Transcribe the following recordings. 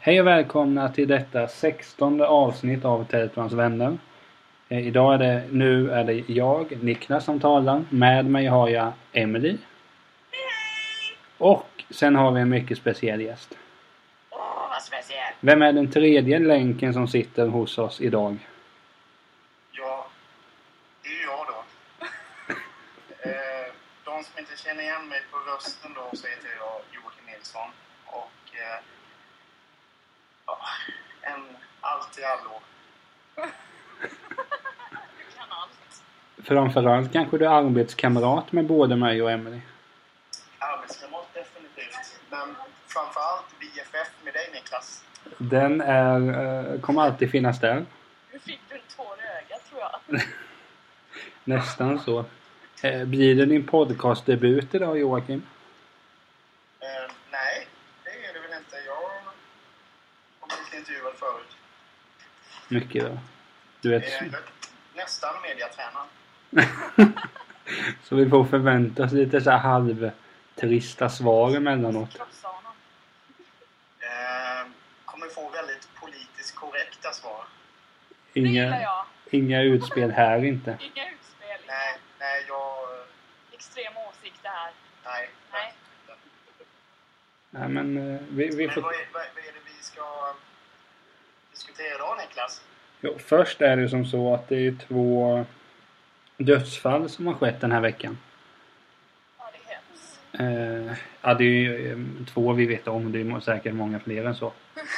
Hej och välkomna till detta 16:e avsnitt av Tältmans vänner. Idag är det jag, Niklas, som talar. Med mig har jag Emily. Och sen har vi en mycket speciell gäst. Åh, vad speciellt! Vem är den tredje länken som sitter hos oss idag? Ja, det är ju jag då. De som inte känner igen mig på rösten då, så heter jag Joakim Nilsson. Och en allt i allo. Du kan allt. Framförallt kanske du är arbetskamrat med både mig och Emily. Arbetskamrat definitivt. Men framförallt BFF med dig, Niklas. Den kommer alltid finnas där. Nu fick du en tår i ögat, tror jag. Nästan så. Blir det din podcastdebut idag, Joakim? Nej, det är det väl inte. Jag har blivit intervjuad förut. Mycket bra. Du vet. Nästan mediatränare. Så vi får förvänta oss lite så här halvtrista svar emellanåt. Krossa honom. Kommer få väldigt politiskt korrekta svar. Det gillar jag. Inga utspel här inte. Inga utspel. Nej, jag... Extrema åsikter här. Nej. Nej, men vi Men får... vad är det vi ska diskutera idag, Niklas? Jo, först är det som så att det är 2 dödsfall som har skett den här veckan. Ja, det är hemskt. Ja, det är ju 2 vi vet om. Det är säkert många fler än så.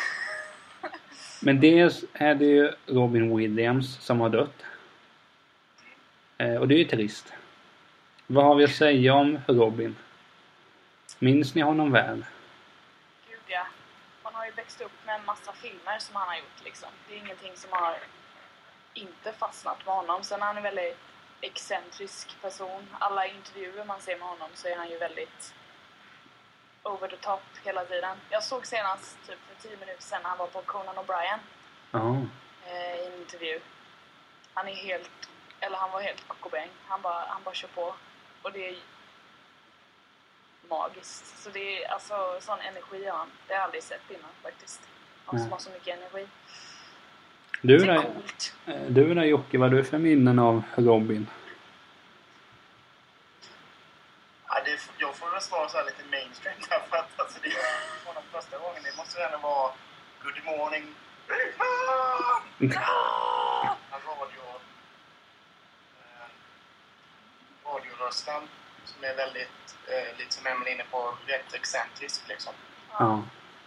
Men dels är det ju Robin Williams som har dött. Och det är ju trist. Vad har vi att säga om Robin? Minns ni honom väl? Gud, ja. Man har ju växt upp med en massa filmer som han har gjort, liksom. Det är ingenting som har inte fastnat med honom. Sen är han en väldigt excentrisk person. Alla intervjuer man ser med honom så är han ju väldigt over the top hela tiden. Jag såg senast typ för 10 minuter sedan när han var på Conan O'Brien. Ja. I en intervju. Han var helt kokobäng. Han bara kör på. Och det är magiskt. Så det är alltså sån energi har han. Det har jag aldrig sett innan faktiskt. Han som har så mycket energi. Du Det är då, coolt. Jocke, vad är du för minnen av Robin? Ja, jag får väl svara så här lite mainstream därför att alltså, det var den första gången. Det måste ju ändå vara Good morning. Radiorösten som är väldigt, lite som Emily inne på, rätt excentrisk liksom. Ja.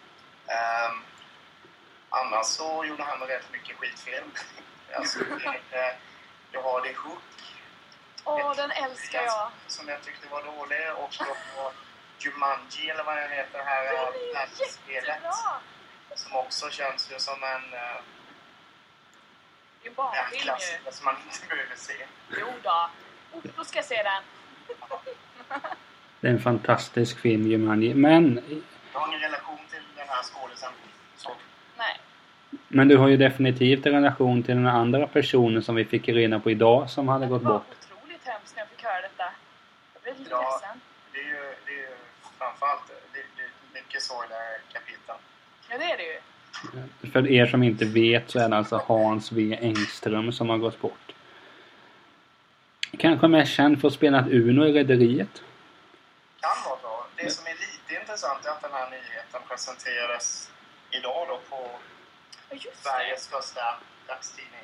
Annars så gjorde han rätt mycket skitfilm. Alltså, jag har det Hook. Den älskar jag. Som jag tyckte var dålig. Och så på Jumanji eller vad det heter, det här spelet. Som också känns ju som en Det är barnfilm klassiker som man inte behöver se. Jo då ska jag se den. Det är en fantastisk film, Jumanji. Men... Jag har ingen relation till den här skådisen. Nej. Men du har ju definitivt en relation till den andra personen som vi fick reda på idag som hade gått bort. Det var otroligt hemskt när jag fick höra detta. Jag blev lite Ja, ledsen. det är ju framförallt det är mycket sorgliga kapitel. Ja, det är det ju. För er som inte vet så är det alltså Hans V. Engström som har gått bort. Kanske mest känd för att spela Uno i Rederiet. Kan vara så. Det som är lite intressant är att den här nyheten presenterades idag då på Sveriges största dagstidning.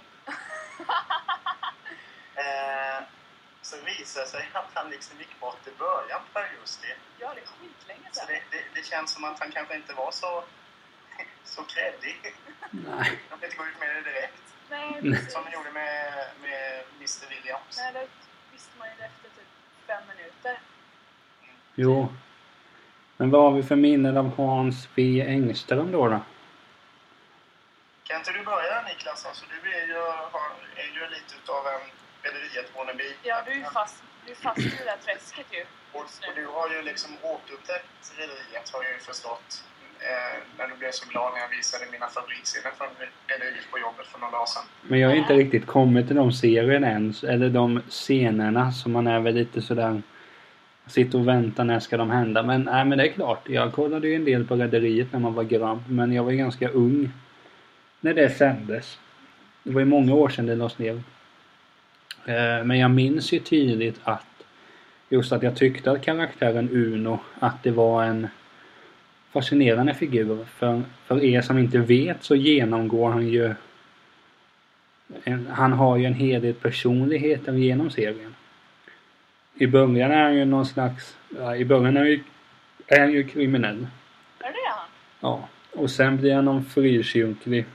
Så visar sig att han liksom gick bort i början på augusti. Ja, det är skitlänge Så sedan. det känns som att han kanske inte var så kreddig. Nej. Jag vill inte gå ut med det direkt. Nej, precis. Som han gjorde med Mr. Williams. Nej, det visste man ju efter typ 5 minuter. Jo. Men vad har vi för minnen av Hans V. Engström då? Kan inte du börja, Niklas? Alltså, du är ju lite utav en Rederiet-wannabe. Ja, du är fast i det där träsket ju. Och du har ju liksom återupptäckt Rederiet, har jag ju förstått. När du blev så glad när jag visade mina favoritscener från Rederiet på jobbet för några dagar sedan. Men jag har inte riktigt kommit till de serierna än. Eller de scenerna som man är väl lite sådär... Sitter och väntar när ska de hända. Men nej, men det är klart. Jag kollade ju en del på Rederiet när man var grabb. Men jag var ju ganska ung när det sändes. Det var ju många år sedan det lades ner. Men jag minns ju tydligt att just att jag tyckte att karaktären Uno, att det var en fascinerande figur. För er som inte vet så genomgår han ju han har ju en hel del personligheter genom serien. I början är han ju någon slags... Ja, i början är han ju kriminell. Är det han? Ja. Och sen blir han någon frikyrklig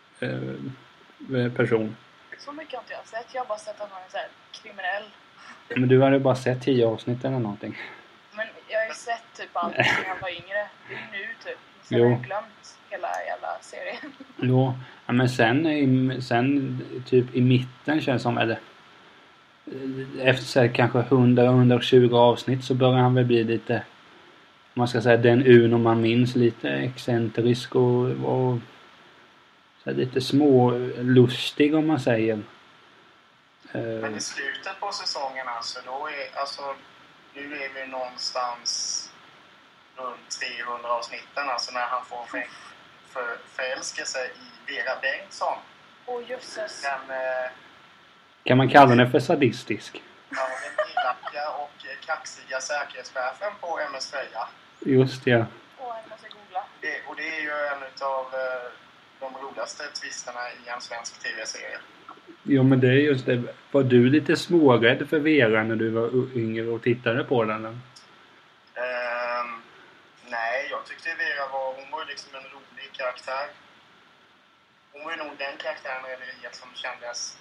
person. Så mycket har inte jag sett. Jag har bara sett att han är så här kriminell. Men du hade bara sett 10 avsnitt eller någonting. Men jag har ju sett typ allt när jag var yngre. Det är nu typ. Sen Jo. har jag glömt hela jävla serien. Jo. Ja, men sen typ i mitten känns som... Eller, efter så här, kanske 100-120 avsnitt så börjar han väl bli lite... Man ska säga den Uno man minns, lite excentrisk och så här, lite smålustig om man säger. Men i slutet på säsongen alltså, då är, alltså nu är vi någonstans runt 300 avsnitten, alltså när han får förälska sig i Vera Bengtsson. Åh jösses. Kan man kalla den för sadistisk? Ja, den elaka och kaxiga säkerhetschefen på MS Freja. Just ja. Åh, jag måste googla. Och det är ju en av de roligaste twisterna i en svensk tv-serie. Jo, men det är just det. Var du lite smårädd för Vera när du var yngre och tittade på den? Nej, jag tyckte Vera hon var ju liksom en rolig karaktär. Hon var ju nog den karaktären i Rederiet som kändes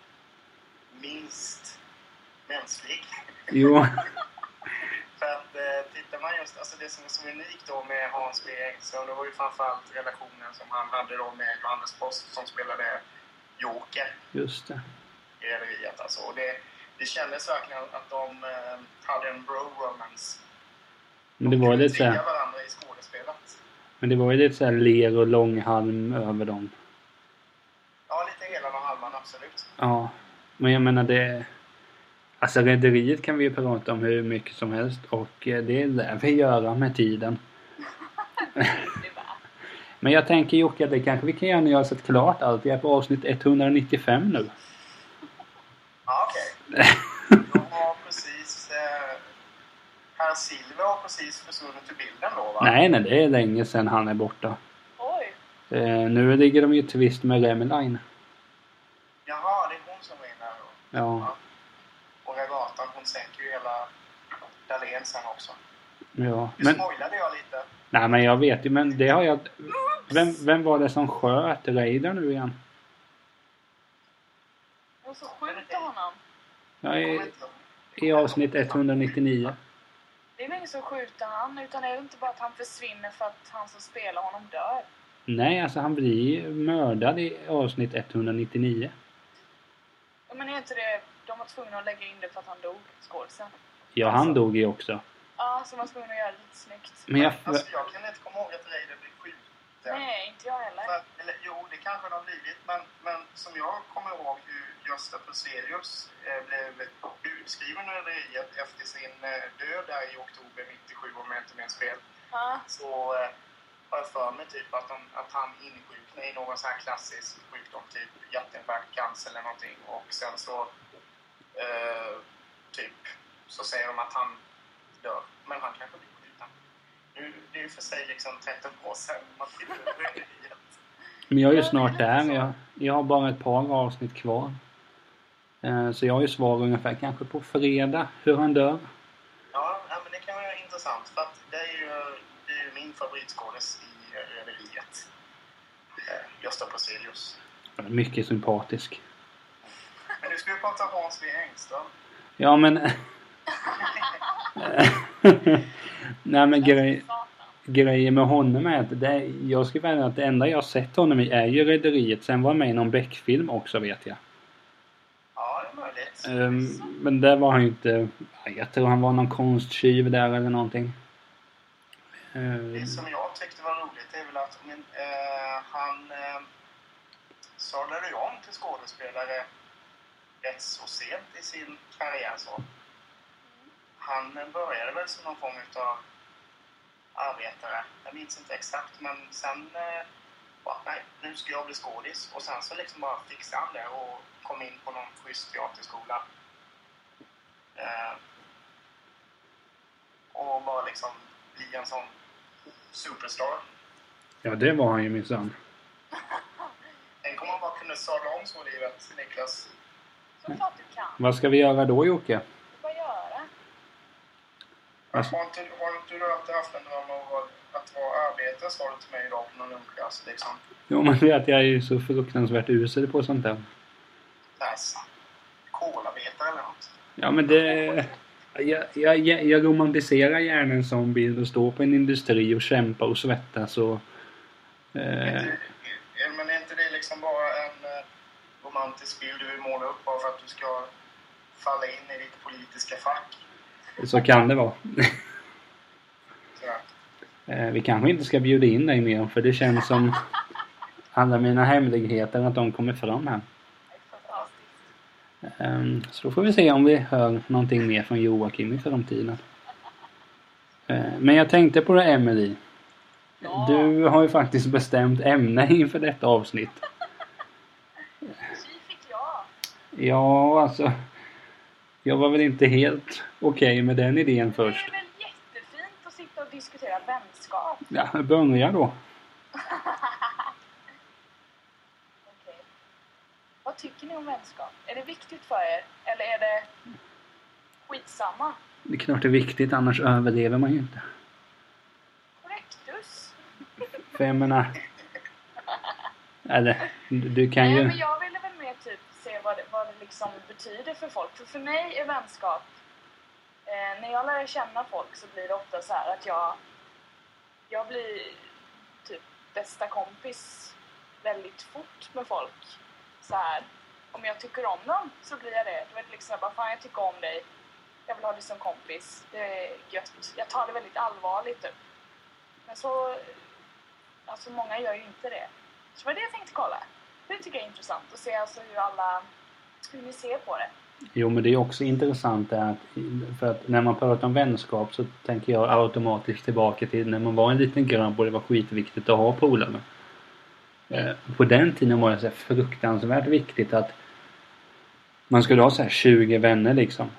minst mänsklig. Jo. För att tittar man just, alltså det som är så unikt då med Hans B. Engström, det var ju framförallt relationen som han hade då med Johannes Post som spelade Joker. Just det. I Rederiet alltså. Och det kändes verkligen att de hade en bro-romance. Men det var ju lite så här, varandra i skådespelet. men det var ju lite så här ler och långhalm över dem. Ja, lite hela och halvan, absolut. Ja. Men jag menar det... Alltså Rederiet kan vi ju prata om hur mycket som helst. Och det lär vi göra med tiden. Men jag tänker Jocke, det kanske vi kan göra när jag har sett klart allt. Jag är på avsnitt 195 nu. Ja, okej. De har precis... Herr Silver har precis försvunnit ur bilden då, va? Nej, det är länge sedan han är borta. Oj. Nu ligger de ju tvist med Remeline. Jaha, det är hon som vinner då. Ja. Och Regatan, hon sänker ju hela Dahlén sen också. Ja. Nu Men, spoilade jag lite. nej, men jag vet ju, men det har jag... Vem var det som sköt Raider nu igen? Och så skjuter honom. Ja, i avsnitt 199. Det är väl ingen som skjuter han, utan är det inte bara att han försvinner för att han som spelar honom dör? Nej, alltså han blir mördad i avsnitt 199. Ja, men är inte det... De var tvungna att lägga in det för att han dog, skådisen. Ja, han dog ju också. Ja, så man var tvungna att göra det lite snyggt. Men jag... Alltså jag kan inte komma ihåg att Reider blev skjuten. Nej, inte jag heller. Eller, jo, det kanske det har blivit. Men som jag kommer ihåg hur Gösta Puselius blev utskriven ur Rederiet efter sin död där i oktober 97, om jag inte minns fel. Ja. Så har jag för mig typ att han insjuknade i någon sån här klassisk sjukdom, typ hjärtinfarkt, cancer eller någonting. Och sen så typ så säger de att han dör. Men han kanske blir skjuten. Nu, det är ju för sig liksom 13 år sedan man tittar på Rederiet. Men jag är ju snart där. Jag har bara ett par avsnitt kvar. Så jag är ju svar ungefär kanske på fredag hur han dör. Ja, men det kan vara intressant. För att det är ju min favoritskådis i Rederiet. Gösta Puselius. Mycket sympatisk. Men nu ska vi prata Hans B. Engström. Ja, men... Nej, men grejen med honom är att jag skulle välja att det enda jag har sett honom i är ju Rederiet. Sen var han med i någon Beck-film också, vet jag. Ja, det är möjligt. Men där var han ju inte... Jag tror han var någon konsttjuv där eller någonting. Det som jag tyckte var roligt är väl att han sadlade om till skådespelare rätt så sent i sin karriär. Så. han började väl som någon form av arbetare. Jag minns inte exakt, men sen nej, nu ska jag bli skådis. Och sen så liksom bara fixade han det och kom in på någon schysst teaterskola. Och bara liksom bli en sån superstar. Ja, det var han ju minsann. Tänk om man bara kunde sadla om så livet, Niklas. Såklart du kan. Vad ska vi göra då, Jocke? Vad göra? Har inte du alltid haft en dröm om att vara arbetare, sa du till mig idag på någon lunchklass liksom? Jo, men det är att jag är ju så fruktansvärt usel på sånt där. Nice. Kolarbetare eller något. Ja, men det... Jag romantiserar gärna en sån bild och stå på en industri och kämpa och svettas och... Men är inte det liksom bara en romantisk bild du vill måla upp bara för att du ska falla in i ditt politiska fack? Så kan det vara. Sådär. Vi kanske inte ska bjuda in dig mer, för det känns som alla mina hemligheter att de kommer fram här. Så då får vi se om vi hör någonting mer från Joakim i framtiden. Men jag tänkte på det, Emily. Ja. Du har ju faktiskt bestämt ämne inför detta avsnitt. Tji fick jag. Ja, alltså... Jag var väl inte helt okej med den idén först. Det är väl jättefint att sitta och diskutera vänskap. Ja, börja då. Okej. Vad tycker ni om vänskap? Är det viktigt för er? Eller är det skitsamma? Det är klart det är viktigt, annars överlever man ju inte. Korrektus. För jag menar... Eller, du kan Nej, ju... men jag ville väl mer typ se vad det liksom betyder för folk. För mig är vänskap... när jag lär känna folk så blir det ofta så här att jag blir typ bästa kompis väldigt fort med folk. Så här, om jag tycker om dem så blir jag det. Du vet liksom, bara fan jag tycker om dig. Jag vill ha dig som kompis. Det är gött. Jag tar det väldigt allvarligt typ. Men så... Alltså många gör ju inte det. Så var det jag tänkte kolla. Det tycker jag är intressant att se alltså hur ni ser på det. Jo, men det är också intressant att, för att när man pratar om vänskap så tänker jag automatiskt tillbaka till när man var en liten grabb och det var skitviktigt att ha polare. På den tiden var det så fruktansvärt viktigt att man skulle ha så här 20 vänner liksom.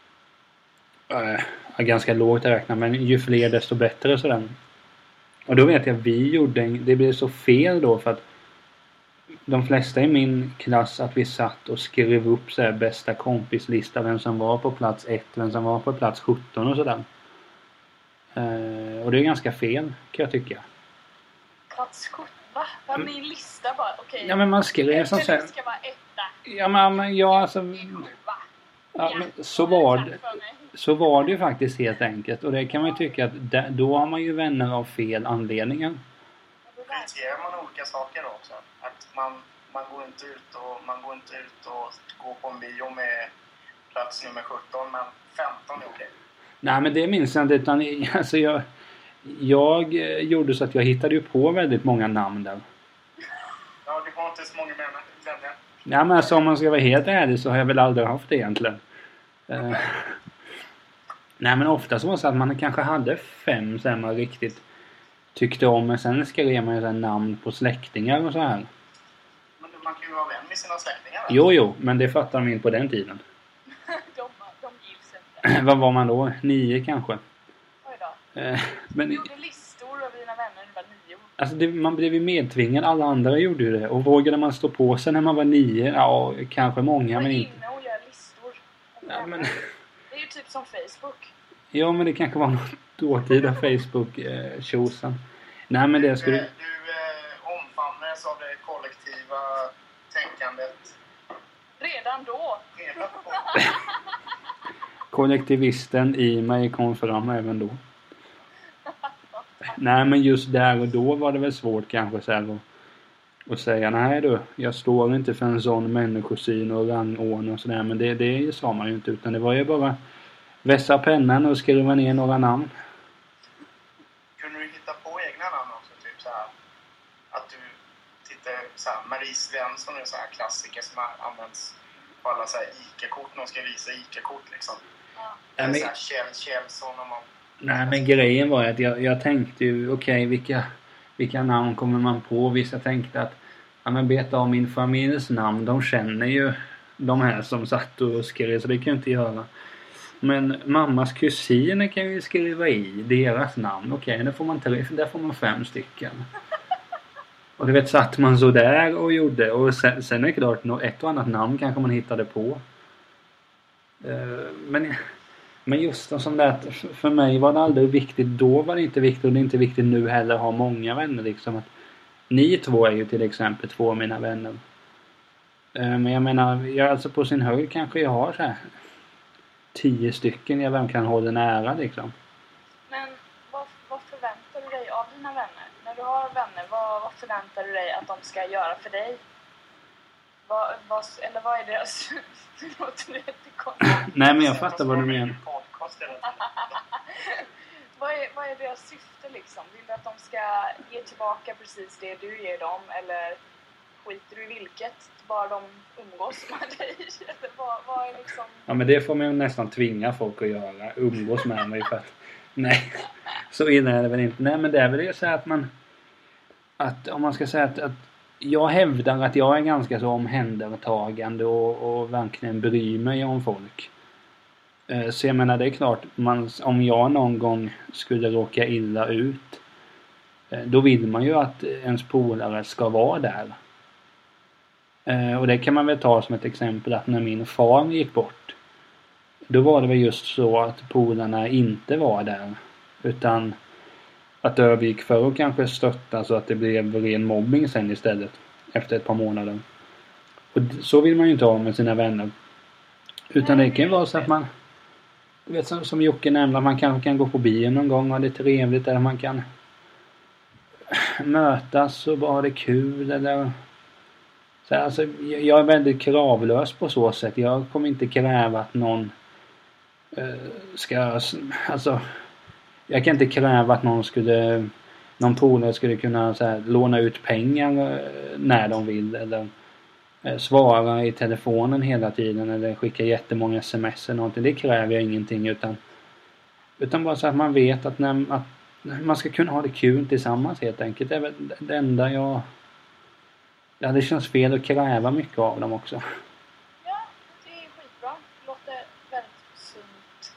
Ganska lågt att räkna, men ju fler desto bättre sådär. Och då vet jag vi gjorde det blev så fel då för att de flesta i min klass att vi satt och skrev upp så här bästa kompislista, vem som var på plats 1, vem som var på plats 17 och sådär. Och det är ganska fel kan jag tycka. Plats 17? Va? Vad min lista bara? Okej. Ja, men man skrev som så här. Det ska vara etta. Ja, men ja alltså... Ja, men så var det ju faktiskt helt enkelt. Och det kan man ju tycka att då har man ju vänner av fel anledningar. Prioriterar man olika saker då också? Att man går inte ut och går på en bio med plats nummer 17, men 15 är okej. Nej, men det minns jag inte, utan alltså jag gjorde så att jag hittade ju på väldigt många namn där. Ja, det var inte så många vänner. Ja, men alltså, om man ska vara helt ärlig så har jag väl aldrig haft det egentligen. Nej, men ofta så var det så att man kanske hade 5 som man riktigt tyckte om, men sen skrev man ju så namn på släktingar och så här. Men man kan ju vara vän med sina släktingar. Jo, men det fattar man inte på den tiden. de gills inte. Vad var man då? 9 kanske? Oj då. Men, Du gjorde listor av dina vänner, det var 9. alltså man blev ju medtvingad, alla andra gjorde ju det. Och vågade man stå på sig när man var 9? Ja, kanske många, men inte. Inne och gör listor. Ja, men... Det är ju typ som Facebook. Ja, men det kanske var något dåtida Facebook-tjosan. Nej, men det skulle... Du omfamnas av det kollektiva tänkandet. Redan då. Kollektivisten i mig kom fram även då. Nej, men just där och då var det väl svårt kanske själv att säga nej du, jag står inte för en sån människosyn och rangordning och sådär. Men det sa man ju inte, utan det var ju bara vässa pennan och skriva ner några namn. Kunde du hitta på egna namn också? Typ så här, att du tittar så här, Marie Svensson är en sån här klassiker som används på alla så här ICA-kort. Någon ska visa ICA-kort liksom. Ja. Det är såhär Kjellson och man... Nej, men grejen var att jag tänkte ju, okej, vilka namn kommer man på? Vissa tänkte att, ja men beta av min familjs namn, de känner ju de här som satt och skrev, så det kan jag inte göra. Men mammas kusiner kan ju skriva i deras namn. Okej, där får man 3, där får man 5 stycken. Och du vet, satt man så där och gjorde. Och sen är det klart, ett och annat namn kanske man hittade på. Men just som det att för mig var det aldrig viktigt. Då var det inte viktigt, och det är inte viktigt nu heller att ha många vänner. Liksom. Att ni 2 är ju till exempel 2 av mina vänner. Men jag menar, jag alltså på sin höjd kanske jag har så här 10 stycken jag vem kan hålla nära liksom. Men vad förväntar du dig av dina vänner? När du har vänner, vad förväntar du dig att de ska göra för dig? Vad är deras... Det låter jättekonstigt. Nej, men jag fattar vad du menar. Vad är deras syfte liksom? Vill du att de ska ge tillbaka precis det du ger dem? Eller skiter du i vilket? Bara de umgås med dig? Eller vad är liksom... Ja, men det får man ju nästan tvinga folk att göra. Umgås med mig för att... Nej, så illa är det väl inte. Nej, men det är väl det så att man... Att om man ska säga att jag hävdar att jag är ganska så omhändertagande och verkligen bryr mig om folk. Så jag menar, det är klart, om jag någon gång skulle råka illa ut, då vill man ju att ens polare ska vara där. Och det kan man väl ta som ett exempel att när min far gick bort, då var det väl just så att polarna inte var där. Utan att det övergick för att kanske stötta så att det blev ren mobbing sen istället. Efter ett par månader. Och så vill man ju inte ha med sina vänner. Utan det kan ju vara så att man, du vet som Jocke nämnde, man kanske kan gå på bio någon gång och ha det trevligt. Eller man kan mötas och bara ha det kul. Eller så alltså, jag är väldigt kravlös på så sätt. Jag kommer inte kräva att någon ska, alltså jag kan inte kräva att någon polare skulle kunna så här, låna ut pengar när de vill eller svara i telefonen hela tiden eller skicka jättemånga sms eller någonting. Det kräver jag ingenting utan bara så att man vet att man ska kunna ha det kul tillsammans helt enkelt. Det är väl det enda det känns fel att kräva mycket av dem också. Ja, det är skitbra. Det låter väldigt sunt.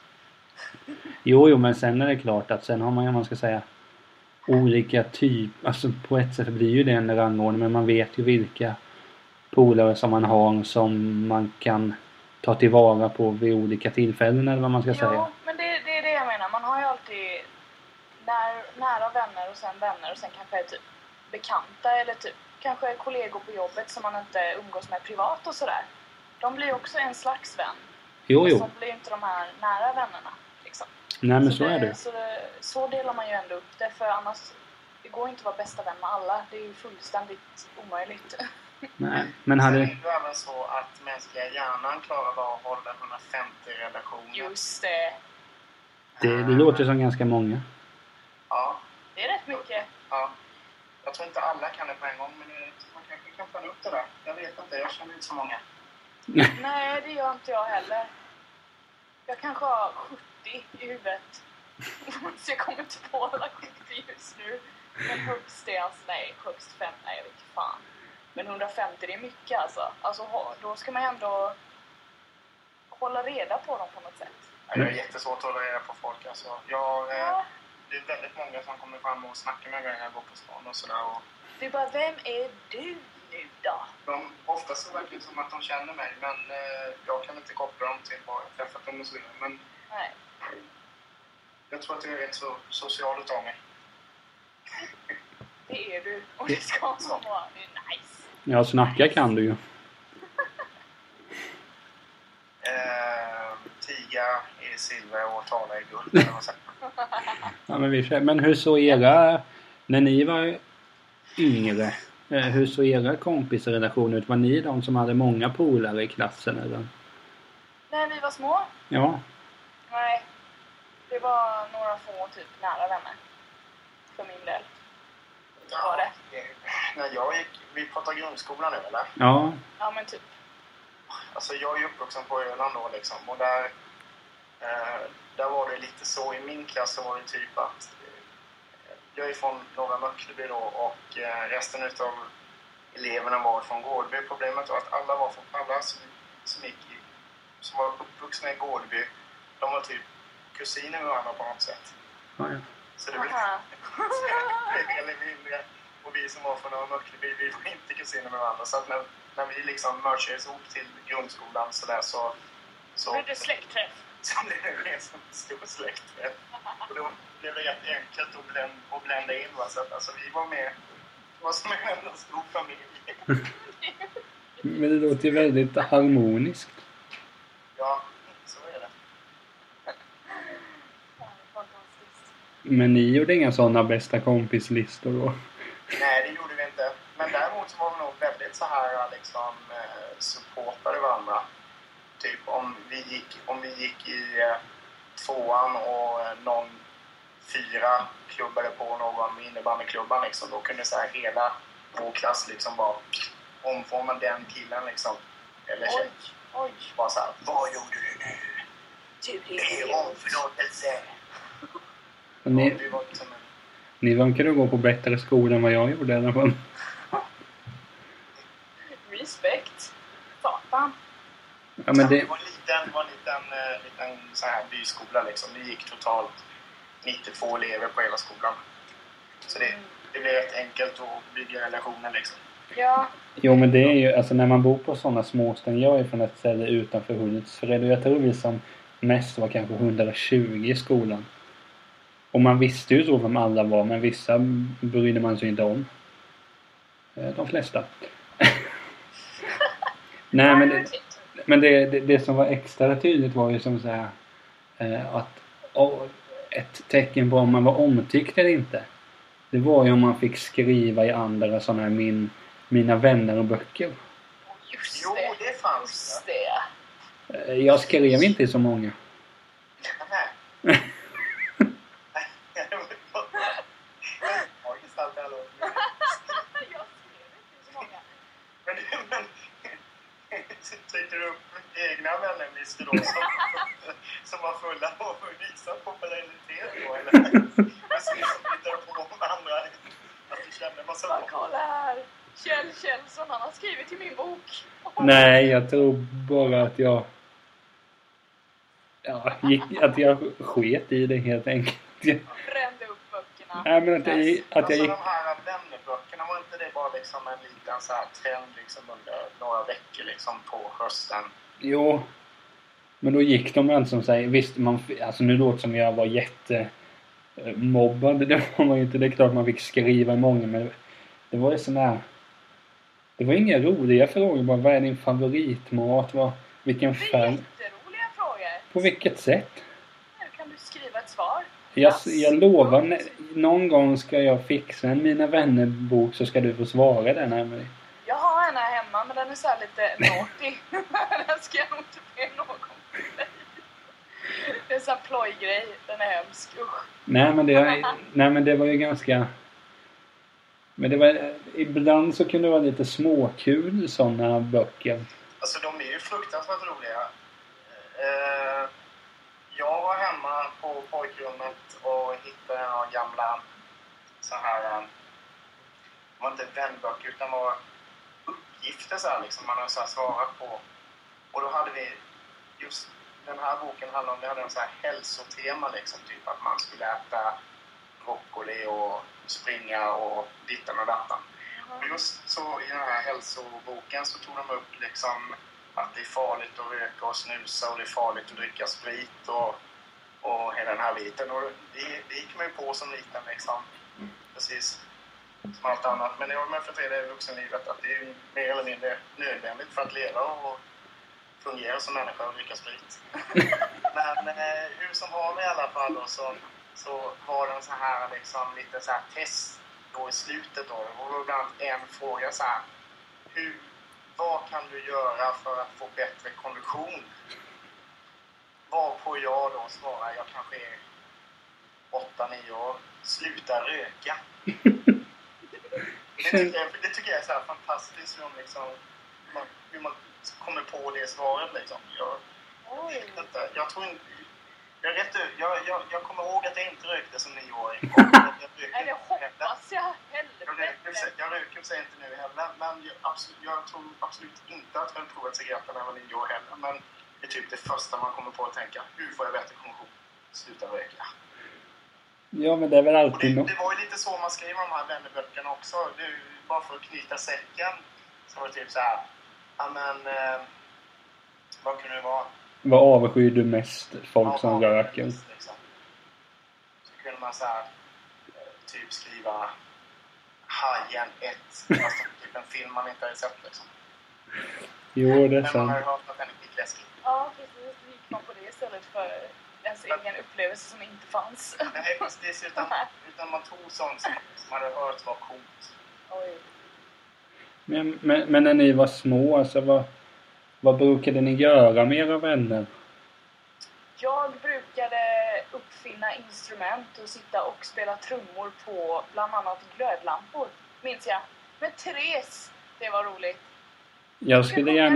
Jo, men sen är det klart att sen har man ska säga olika typer, alltså på ett sätt blir ju det en rangordning, men man vet ju vilka polare som man har som man kan ta tillvara på vid olika tillfällen eller vad man ska säga. Ja, men det är det jag menar. Man har ju alltid nära vänner och sen kanske typ bekanta eller typ kanske kollegor på jobbet som man inte umgås med privat och sådär. De blir också en slags vän. Jo. Men så blir inte de här nära vännerna liksom. Nej, men så är det. Så delar man ju ändå upp det, för annars det går inte att vara bästa vän med alla. Det är ju fullständigt omöjligt. Nej, men hade... Sen är det även så att mänskliga hjärnan klarar av att hålla 150 relationer. Just det. Det låter som ganska många. Ja. Det är rätt mycket. Ja. Jag tror inte alla kan det på en gång, men man kanske kan få upp det där. Jag vet inte, jag känner inte så många. Nej, det gör inte jag heller. Jag kanske har 70 i huvudet. Så jag kommer inte på alla 70 just nu. Men högst är alltså, högst 5, nej jag vet inte fan. Men 150 det är mycket alltså då ska man ändå hålla reda på dem på något sätt. Ja, det är jättesvårt att hålla reda på folk alltså. Det är väldigt många som kommer fram och snackar med mig när jag går på stan och sådär. Det är bara, vem är du nu då? Oftast så verkar det som att de känner mig, men jag kan inte koppla dem till vad jag träffat dem och så vidare. Men nej. Jag tror att det är rätt så social utav mig. Det är du. Och det ska så vara. Det är nice. Ja, snacka kan du ju. Tiga i silver och tala i guld. Ja, men hur så era... När ni var yngre, hur så era kompisrelationer ut? Var ni de som hade många polare i klassen eller? När vi var små? Ja. Nej. Det var några få typ nära vänner. För min del. Var det? När jag gick... Vi pratar grundskolan nu, eller? Ja. Ja, men typ. Alltså jag är ju uppvuxen på Öland då liksom. Och där... Där var det lite så, i min klass så var det typ att jag är från Norra Möckleby då, och resten utav eleverna var från Gårdby. Problemet var att alla som var uppvuxna i Gårdby, de var typ kusiner med varandra på något sätt. Ja. Så det blev mer eller mindre. Och vi som var från Norra Möckleby, vi var inte kusiner med varandra. Så att när vi liksom mergades ihop till grundskolan så där så blev det släktträff. Så blev det en stor släktträff. Och då blev det rätt enkelt att blända in. Va? Så att, alltså, vi var med. Det var som en enda stor familj. Men det låter ju väldigt harmoniskt. Ja, så är det. Fantastiskt. Men ni gjorde inga sådana bästa kompislistor då? Nej, det gjorde vi inte. Men däremot så var vi nog väldigt så här liksom supportade varandra. Typ om vi gick i tvåan och någon 4 klubbade på någon innebandyklubban liksom, då kunde så här hela vår klass liksom bara omforma den killen liksom. Eller tjej. Oj. Bara så här, vad gjorde du nu? Det är omförlåtelse. Ni verkade gå på bättre skola än vad jag gjorde i alla fall. Respekt. Satan. Ja, men det var en liten så här byskola liksom. Det gick totalt 92 elever på hela skolan. Så det blev rätt enkelt att bygga relationer liksom. Ja. Jo, men det är ju, alltså när man bor på sådana småställen, jag är från ett ställe utanför Hultsfred och jag tror vi som mest var kanske 120 i skolan. Och man visste ju så vem alla var, men vissa brydde man sig inte om. De flesta. Nej, men det som var extra tydligt var ju som så här, att ett tecken på om man var omtyckt eller inte. Det var ju om man fick skriva i andra sådana här mina vänner och böcker. Just jo, det. Det fanns det. Jag skrev inte i så många. Nej. Tryckte du upp egna vännerlistor då som var fulla av att visa popularitet då? Eller hittade på andra att du kände massa bra? Kolla här! Kjell Kjellson, han har skrivit till min bok. Nej, jag tror bara att jag sket i det helt enkelt. Brände upp böckerna. Nej, men att jag gick... De här vännerböckerna, var inte det bara liksom en liten så här trend liksom under några veckor liksom på hösten? Jo, men då gick de alltså som säger, visst alltså nu låter som jag var jättemobbad, det var man ju inte, det är klart man fick skriva många, men det var ju sån här, det var inga roliga frågor, bara vad är din favoritmat, vilken färg? Det är jätteroliga frågor. På vilket sätt? Nu kan du skriva ett svar. Jag lovar, någon gång ska jag fixa en Mina vänner-bok så ska du få svara den här med. Jag har en här hemma, men den är så här lite naughty. Den ska jag nog inte be någon till. Det är en sån här plojgrej. Den är hemsk. Usch. Nej, men det var ju ganska... Men det var... Ibland så kunde det vara lite småkul sådana böcker. Alltså de är ju fruktansvärt roliga. Jag var hemma på pojkrummet och hittade några gamla så här... Det var inte vänböcker utan var uppgifter så här, liksom, man har så här svarat på. Och då hade vi just den här boken handlade om, det hade en så här hälsotema liksom, typ att man skulle äta broccoli och springa och dittan och dattan. Och just så i den här hälsoboken så tog de upp liksom att det är farligt att röka och snusa och det är farligt att dricka sprit och hela den här biten. Och det gick man ju på som liten liksom, precis som allt annat. Men det har man fått reda i vuxenlivet att det är mer eller mindre nödvändigt för att leva och fungera som människa och dricka sprit. Men hur som har vi i alla fall då, så var det en så här liksom lite så här test då i slutet då. Det var bland annat en fråga så här: vad kan du göra för att få bättre kondition? Varpå jag då svarar, jag kanske är 8-9 år, sluta röka. Det tycker jag är så här fantastiskt hur man kommer på det svaret liksom. Jag tror inte, Jag kommer ihåg att jag inte rökte som 9-åring. Nej, det hoppas jag. Helvete. Jag röker sig inte nu heller. Men jag tror absolut inte att jag har provat cigaretter när jag var 9 år heller. Men det är typ det första man kommer på att tänka. Hur får jag bättre kondition? Sluta röka. Ja, men det är väl alltid det var ju lite så man skriver de här vännerböckerna också. Bara för att knyta säcken. Så var det typ så här. Ja, men... vad kunde det vara? Vad avskyr du mest folk som röker? Liksom. Så kunde man så här, typ skriva Hajen 1. Fast typ en film man inte hade sett liksom. Jo, det är men sant. man har ju hört att den är lite läskig. Ja, precis. Då gick man på det istället för ens egen upplevelse som inte fanns. Nej, precis. Utan man tog sånt som man hade hört var coolt. Oj. Men när ni var små, alltså vad brukade ni göra med era vänner? Jag brukade uppfinna instrument och sitta och spela trummor på bland annat glödlampor, minns jag. Med Therese. Det var roligt. Jag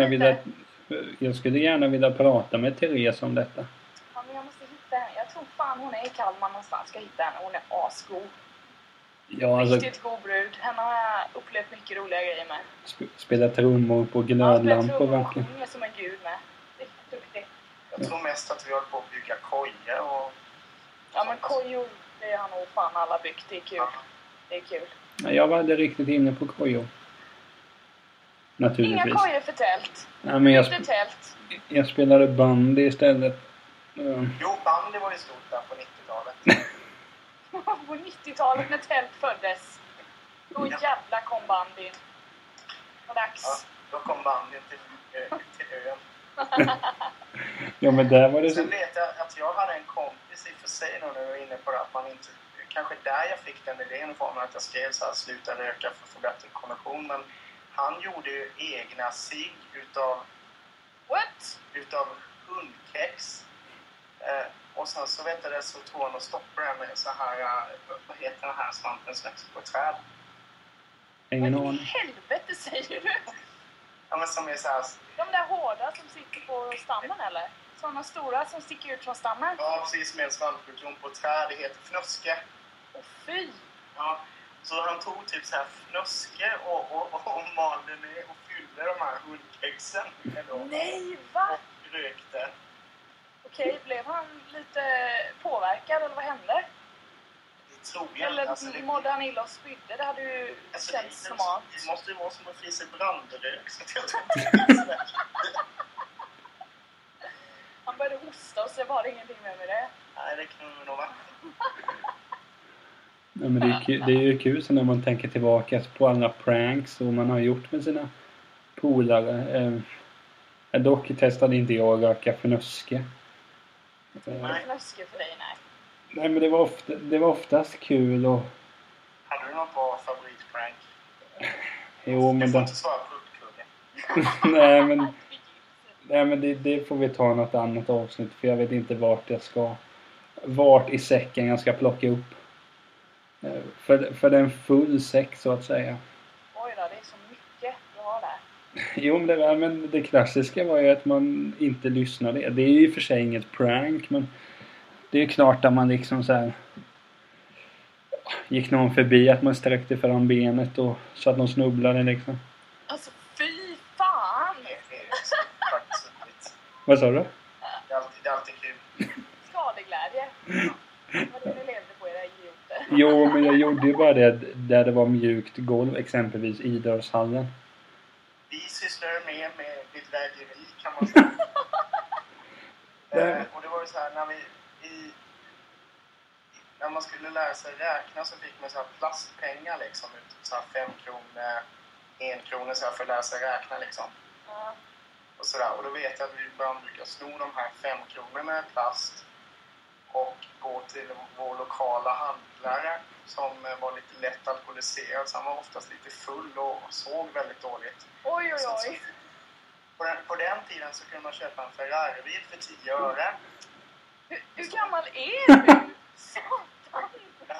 skulle gärna vilja prata med Therese om detta. Ja, men jag måste hitta henne. Jag tror fan hon är i Kalmar någonstans. Ska hitta henne. Hon är asgod. Ja, alltså, riktigt god brud. Henne har jag upplevt mycket roliga grejer med. Spela trummor på glödlampor. Ja, hon är som en gud med. Riktigt duktig. Jag tror mest att vi håller på att bygga kojor och... Ja, men kojor, det har nog fan alla byggt. Det är kul. Ja. Det är kul. Jag var aldrig riktigt inne på kojor. Naturligtvis. Inga kojor för tält. Ja, men inte tält. Jag spelade bandy istället. Jo, bandy var ju stort där på 90-talet. På 90-talet när tält föddes. Då jävla kom bandyn. Vad dags. Ja, då kom bandyn till ön. Ja, men där var det så... Sen vet jag att jag hade en kompis i för sig när du var inne på det, att man inte... Kanske där jag fick den idén i formen att jag skrev så här, sluta röka för att få bättre kondition. Men han gjorde ju egna cigg utav hundkex. Och sen så vet jag det, så tog han och stoppade den med så här, vad heter den här svampen som växer på ett träd? Ingen aning. Vad i helvete säger du? Ja, men som är så här... De där hårda som sitter på stammen eller? Sådana stora som sticker ut från stammen? Ja, precis, med en svampsjukdom på ett träd. Det heter fnöske. Åh fy! Ja, så han tog typ så här fnöske och malde ner och fyllde de här hundkexen. Nej, va? Och rökte. Okej, blev han lite påverkad eller vad hände? Det tror jag. Eller alltså, mådde han illa och spydde? Det hade ju känts smart. Det måste ju vara som att fisa brandrök. Så jag tror inte Han började hosta och så var det ingenting med det. Nej, det kan nog vara. Ja, men det är ju kul så när man tänker tillbaka på alla pranks som man har gjort med sina polare. Dock testade inte jag att röka fnöske. Fnöske för dig, nej. Nej, men det var oftast kul och... Hade du någon bra favoritprank? Jo, men... Du får inte svara på uppkuggen. Nej, men det får vi ta något annat avsnitt. För jag vet inte vart i säcken jag ska plocka upp. För det är en full säck så att säga. Oj då, det är så mycket du har där. Jo, men det klassiska var ju att man inte lyssnade. Det är ju i och för sig inget prank, men det är ju klart att man liksom så här gick någon förbi att man sträckte fram benet och så att de snubblade liksom. Alltså fy fan! Vad sa du? Det är alltid kul. Skadeglädje. Vad det ni levde på era idioter. Jo, men jag gjorde ju bara det där det var mjukt golv, exempelvis i idrottshallen. Vi sysslar med bedrägeri kan man säga. Och det var ju så här när man skulle lära sig räkna så fick man så här plastpengar liksom, så här 5 kronor, 1 krona så här för att lära sig räkna liksom. Ja. Och sådär. Och då vet jag att vi ibland brukar sno de här 5 kronorna i plast och gå till vår lokala handlare som var lite lätt alkoholiserad, så han var oftast lite full och såg väldigt dåligt. Oj. På den tiden så kunde man köpa en Ferrari-bil för 10 öre. Hur gammal är du? Satan!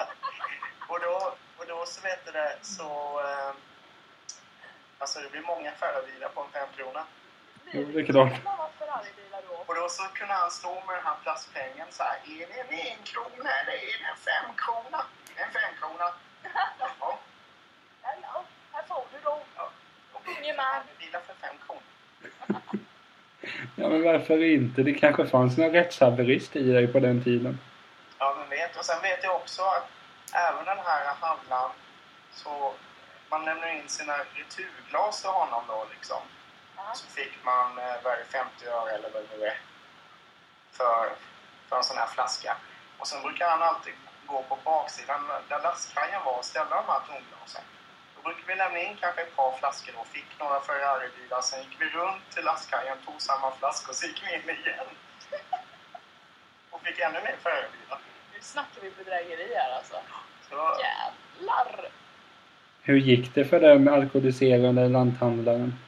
och då så vet du det så... alltså det blir många Ferrari-bilar på en 5 krona. Jo, det är klart. Och då så kunde han stå med den här plastpengen så här. Är det en 1 krona eller är det en 5 krona? En 5 krona. Jaha. Ja, här får du då. Ja. Unge man. Bilar för 5 kronor. Ja, men varför inte? Det kanske fanns någon rättshaverist i dig på den tiden. Ja, men vet. Och sen vet jag också att även den här handlaren så man lämnar in sina returglas till honom då liksom. Så fick man 50 öre eller vad det nu är för en sån här flaska. Och sen brukar han alltid gå på baksidan där lastkajen var och ställa de här tomglasen. Då brukar vi lämna in kanske ett par flaskor då, fick några Ferrari-bilar, sen gick vi runt till lastkajen, tog samma flaskor och så gick vi in igen. Och fick ännu mer Ferrari-bilar. Nu snackar vi bedrägeri här alltså. Så, Jävlar! Hur gick det för den alkoholiserade lanthandlaren?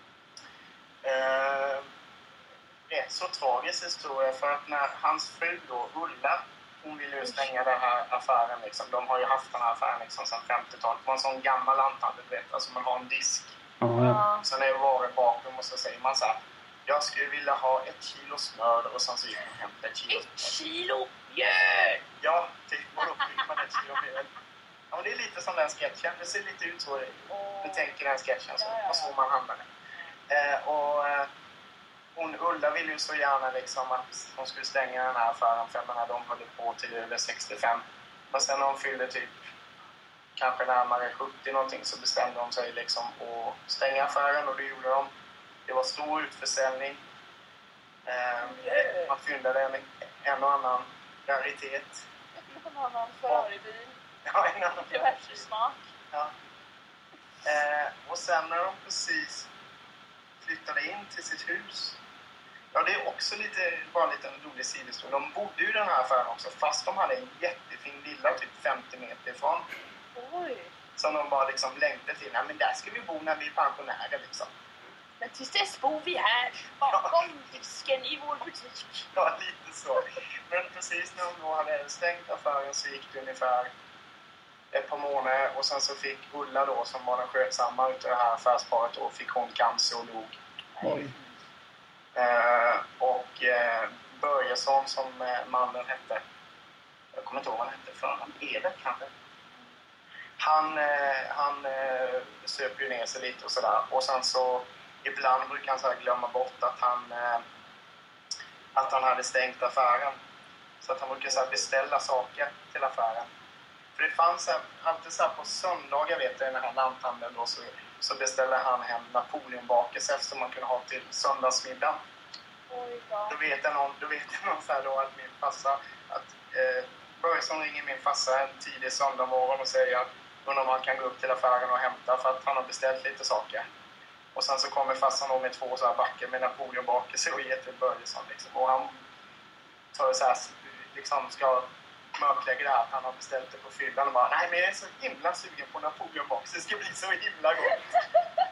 Rätt så tragisk historia för att när hans fru då, Ulla, hon ville ju stänga den här affären liksom. De har ju haft den här affären liksom sedan 50-talet. Det var en sån gammal lanthandel, vet. Alltså man har en disk. Ja. Sen är det varit bakom och så säger man så här. Jag skulle vilja ha 1 kilo smör och sen så gick man och hämtade 1 kilo. 1 kilo mjöl! Ja, typ. Och då fick man 1 kilo mjöl. Ja, men det är lite som den sketchen. Det ser lite ut så. Du tänker den sketchen så. Och så man handlar det. Hon Ulla ville ju så gärna liksom att hon skulle stänga den här affären. För jag menar, de höll på till över 65. Men sen när hon fyllde typ kanske närmare 70 någonting så bestämde de sig liksom att stänga affären. Och det gjorde de. Det var stor utförsäljning. Man fyllde en och annan raritet. En annan Ferrari-bil. Ja, en annan. Diverse smak. Ja. Och sen när de precis flyttade in till sitt hus. Ja, det är också bara en liten rolig sidohistoria. De bodde ju i den här affären också, fast de hade en jättefin villa typ 50 meter ifrån. Oj. Som de bara liksom längtade till. Nej, men där ska vi bo när vi är pensionärer liksom. Men tills dess bor vi här, bakom disken i vår butik. Ja, lite så. Men precis när de då hade stängt affären så gick det ungefär ett par månader. Och sen så fick Ulla då, som var den skötsamma utav det här affärsparet, och fick hon cancer och dog. Oj. Börjesson, som mannen hette, jag kommer inte ihåg vad han hette för honom, Evert kanske. Han söp ju ner sig lite och sådär. Och sen så ibland brukar han så här glömma bort att han hade stängt affären. Så att han brukar så här beställa saker till affären. För det fanns alltid så här på söndagar, vet jag, i den här lanthandeln då, så beställde han hem Napoleonbakelse som man kunde ha till söndagsmiddag. Då vet jag någon så här då att min farsa, att Börjesson ringer min farsa en tidig söndag morgon och säger att undrar om han kan gå upp till affären och hämta för att han har beställt lite saker. Och sen så kommer farsan då med 2 så här backar med Napoleonbakelse och ger till Börjesson liksom. Och han tar så här, liksom ska mörklägga det här att han har beställt det på fyllan och bara, nej men jag är så himla sugen på Napoleonbakelse, det ska bli så himla gott.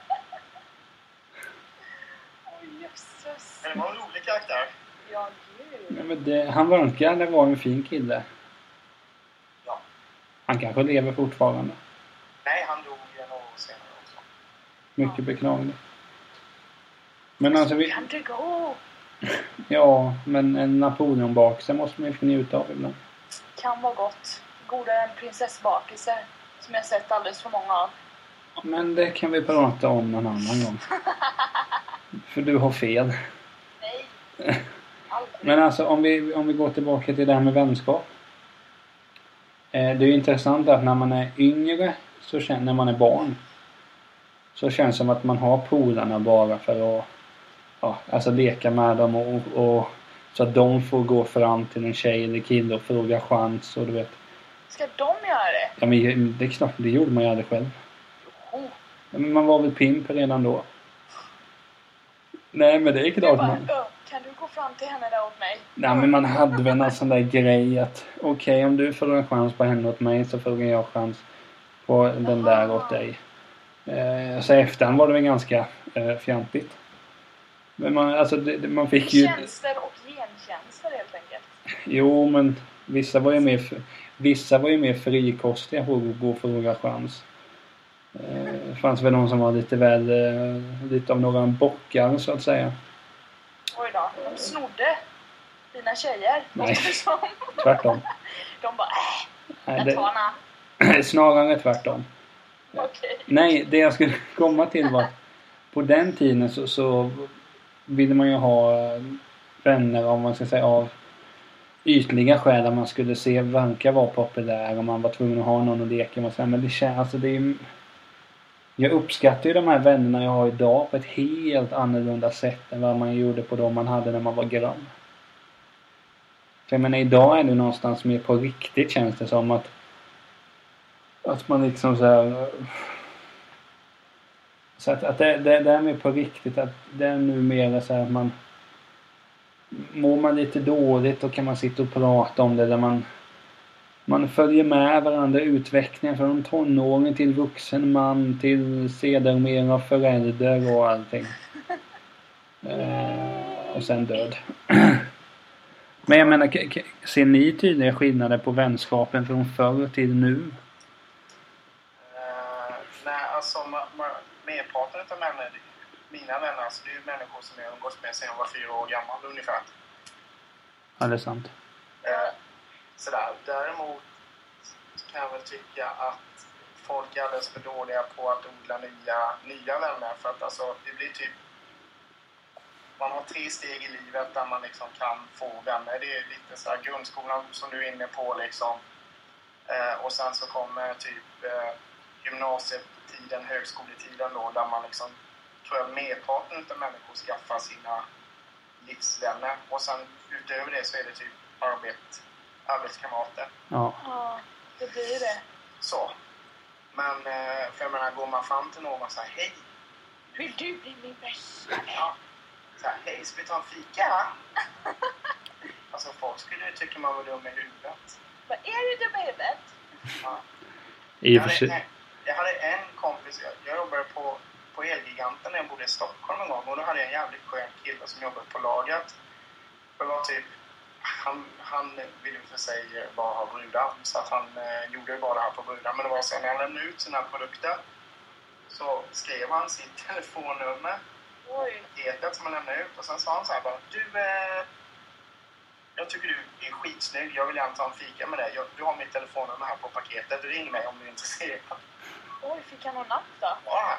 Jösses. Det var en rolig karaktär. Ja, gud. Ja, men han verkade vara en fin kille. Ja. Han kanske lever fortfarande. Nej, han dog några år senare också. Mycket beklagligt. Men alltså Kan det gå? Ja, men en Napoleonbakelse måste man ju få njuta av ibland. Kan vara gott. Godare än prinsessbakelse, som jag sett alldeles för många av. Men det kan vi prata om någon annan gång. För du har fel. Nej. Aldrig. Men alltså om vi går tillbaka till det här med vänskap. Det är ju intressant att när man är yngre, när man är barn, så känns det som att man har polarna bara för att alltså leka med dem och så att de får gå fram till en tjej eller kille och fråga chans och du vet. Ska de göra det? Ja, men det är klart, det gjorde man ju aldrig själv. Jo. Ja, men man var väl pimp redan då. Nej, men det är klart man... Kan du gå fram till henne där åt mig? Nej, men man hade väl en sån där grej att okej, om du får en chans på henne åt mig så får jag chans på den där åt dig. Så efterhand var det väl ganska fjantigt. Men man fick ju... Tjänster och gentjänster helt enkelt. Jo, men vissa var ju mer frikostiga på att gå och fråga chans. fanns väl någon som var lite av några bockar så att säga. Oj då, de snodde dina tjejer. Nej, tvärtom. De bara, Nej, jag tar henne. snarare tvärtom. Okej. Nej, det jag skulle komma till var att på den tiden så ville man ju ha vänner om man ska säga av ytliga skäl där man skulle se verka vara populär och man var tvungen att ha någon att leka med. Men det känns, alltså det är, jag uppskattar ju de här vännerna jag har idag på ett helt annorlunda sätt än vad man gjorde på de man hade när man var grabb. För jag menar, idag är det någonstans mer på riktigt, känns det som att man liksom så att det är mer på riktigt, att det är nu mer så här att man mår man lite dåligt och kan man sitta och prata om det där man följer med varandra utvecklingen från tonåring till vuxen man till sedermera förälder och allting. Och sen död. Men jag menar, ser ni tydliga skillnader på vänskapen från förr till nu? Nej, alltså merparten av mina vänner, alltså det är ju människor som jag umgås med sedan jag var 4 år gammal ungefär. Ja, det är sant. Sådär. Däremot kan jag väl tycka att folk är alldeles för dåliga på att odla nya vänner. För att alltså, det blir typ... Man har 3 steg i livet där man liksom kan få vänner. Det är lite så här grundskolan som du är inne på liksom. Och sen så kommer typ gymnasietiden, högskoletiden då, där man liksom, tror jag, merparten av människor skaffar sina livsvänner. Och sen utöver det så är det typ arbetskamrater. Ja. Ja, det blir det. Så. Men för jag menar, går man fram till någon och säger hej. Vill du bli min bästa vän? Ja. Så här, hej, ska vi ta en fika? Alltså folk skulle ju tycka man var dum i huvudet. Vad är du dum i huvudet? Ja. I och för sig. Jag hade en kompis, jag jobbade på Elgiganten när jag bodde i Stockholm en gång. Och då hade jag en jävligt skön kille som jobbade på lagret. Det var typ, han ville för sig bara ha brudar. Så att han gjorde bara det här på brudar. Men det var så när han lämnade ut sina produkter så skrev han sitt telefonnummer. Oj. Etet som han lämnade ut. Och sen sa han så här bara, du, jag tycker du är skitsnygg. Jag vill gärna ta en fika med dig. Du har mitt telefonnummer här på paketet. Ring mig om du är intresserad. Oj, fick han någon napp då? Ja,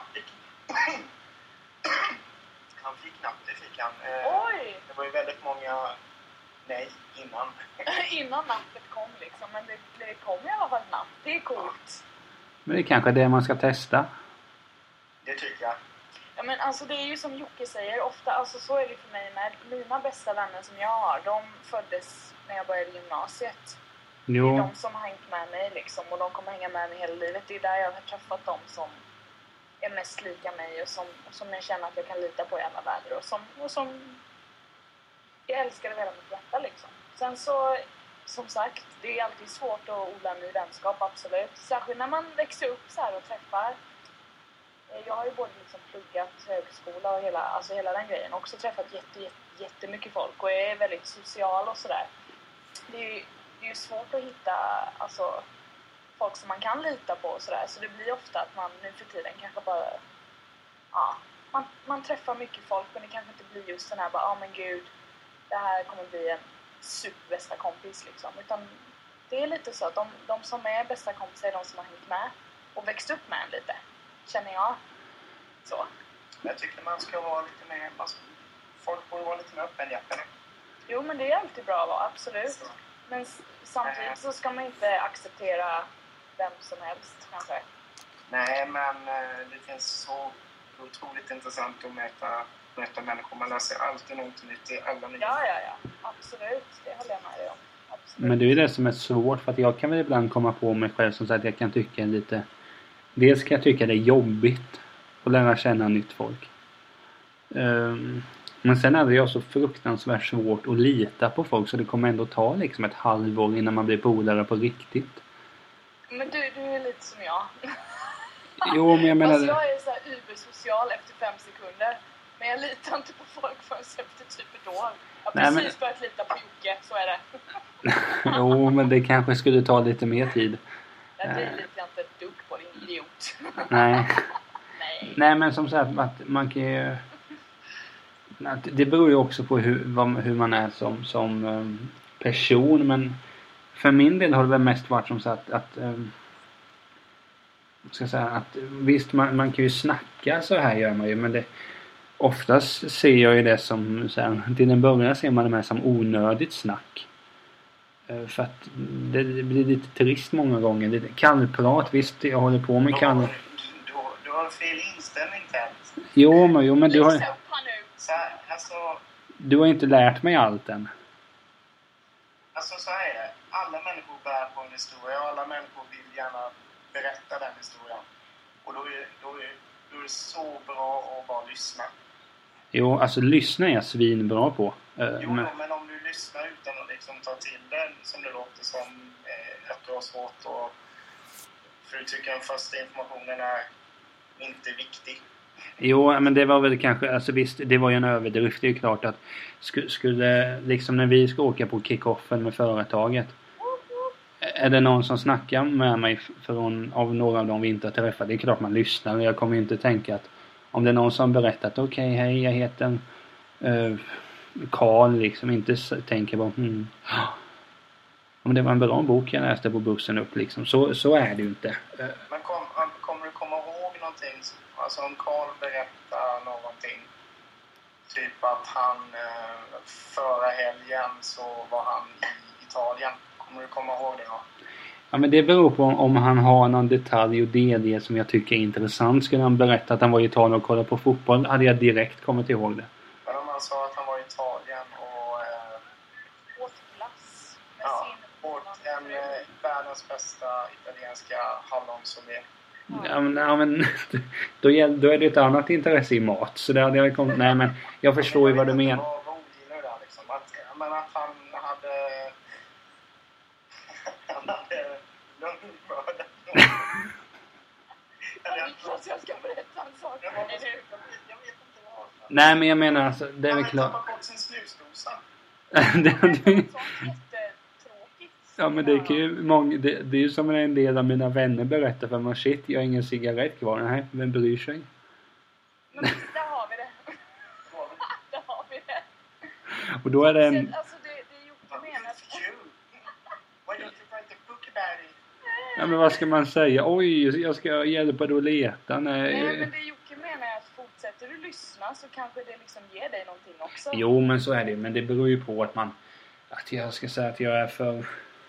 han fick napp, det fick han. Oj! Det var ju väldigt många nej innan. Innan nappet kom liksom. Men det kom i alla fall napp. Det är coolt. Men det är kanske det man ska testa. Det tycker jag. Ja, men alltså det är ju som Jocke säger. Ofta, alltså så är det för mig med. Mina bästa vänner som jag har, de föddes när jag började gymnasiet. Jo. Det är de som har hängt med mig liksom. Och de kommer hänga med mig hela livet. Det är där jag har träffat dem som är mest lika mig. Och som jag känner att jag kan lita på i alla väder. Och som jag älskar hela mitt hjärta liksom. Sen så, som sagt, det är alltid svårt att odla ny vänskap, absolut. Särskilt när man växer upp så här och träffar. Jag har ju både liksom pluggat högskola och hela den grejen. Också träffat jättemycket folk och är väldigt social och sådär. Det är ju svårt att hitta alltså, folk som man kan lita på och sådär. Så det blir ofta att man nu för tiden kanske bara... Ja, man träffar mycket folk men det kanske inte blir just den här bara, men gud, det här kommer bli en superbästa kompis liksom. Utan det är lite så att de som är bästa kompisar är de som har hängt med och växt upp med en lite. Känner jag. Så. Jag tycker man ska vara lite mer... Folk borde vara lite mer öppenhjärtade. Jo, men det är alltid bra att vara, absolut. Så. Men samtidigt så ska man inte acceptera vem som helst, kanske. Nej, men det finns så otroligt intressant att möta människor. Man lär sig alltid något nytt i alla nya. Ja. Absolut. Det håller jag med dig om. Absolut. Men det är ju det som är svårt. För att jag kan väl ibland komma på mig själv som sagt att jag kan tycka lite... Dels kan jag tycka det är jobbigt att lära känna nytt folk. Men sen är det ju så fruktansvärt svårt att lita på folk. Så det kommer ändå ta liksom ett halvår innan man blir polare på riktigt. Men du är lite som jag. Jo, men jag menar... Alltså jag är så här ubersocial efter 5 sekunder. Men jag litar inte på folk förrän efter typ ett år. Jag har precis börjat lita på Jocke, så är det. Jo, men det kanske skulle ta lite mer tid. Jag litar inte ett dugg på din idiot. Nej. Nej, men som sagt att man kan ju... Det beror ju också på hur man är som person, men för min del har det väl mest varit som sagt att ska säga att visst man kan ju snacka, så här gör man ju, men det oftast ser jag ju det som så här, till en början ser man det här som onödigt snack. För att det blir lite trist många gånger. Det kallprat, visst jag håller på med kall. Du har fel inställning till allt. Jo men du har så här, alltså, du har inte lärt mig allt än. Alltså så här är det. Alla människor bär på en historia och alla människor vill gärna berätta den historien. Och då är det så bra att bara lyssna. Jo, alltså lyssna är jag svinbra på. Men om du lyssnar utan att liksom ta till den, som det låter som att du har svårt och för du tycker den första informationen är inte viktig. Jo, men det var väl kanske, alltså visst, det var ju en överdrift. Det är ju klart att skulle liksom när vi ska åka på kickoffen med företaget, är det någon som snackar med mig av några av dem vi inte har träffat, det är klart man lyssnar. Jag kommer ju inte tänka att om det är någon som berättat okej, hej, jag heter Karl, liksom inte tänker bara om det var en bra bok jag läste på bussen upp liksom. Så är det ju inte. Men kommer du komma ihåg någonting? Alltså om Karl berättar någonting, typ att han förra helgen så var han i Italien. Kommer du komma ihåg det då? Ja, men det beror på om han har någon detalj och det som jag tycker är intressant. Skulle han berätta att han var i Italien och kollade på fotboll, hade jag direkt kommit ihåg det. Men om han sa att han var i Italien och åt glass med åt en världens bästa italienska hallonsorbet. Ja, men då är det ett annat intresse i mat. Så det hade jag kommit... Nej, men jag förstår ju vad du menar. Vad ogillar du där liksom? Att han hade lögnmördat någon. Jag ska berätta en sak. Jag vet inte vad. Nej, men jag menar alltså, det är väl klart. Han har tappat bort sin snusdosa. Jättetråkigt. Ja, men det är ju det är ju som en del av mina vänner berättar för mig. Shit, jag har ingen cigarett kvar. Nej, vem bryr sig? Men visst, där har vi det. Där har vi det. Och då är det en... Alltså det Jocke menar. Why don't you write a book about it? Ja, men vad ska man säga? Oj, jag ska hjälpa dig att leta. Nej, men det Jocke menar är att fortsätter du lyssna så kanske det liksom ger dig någonting också. Jo, men så är det. Men det beror ju på att jag ska säga att jag är för...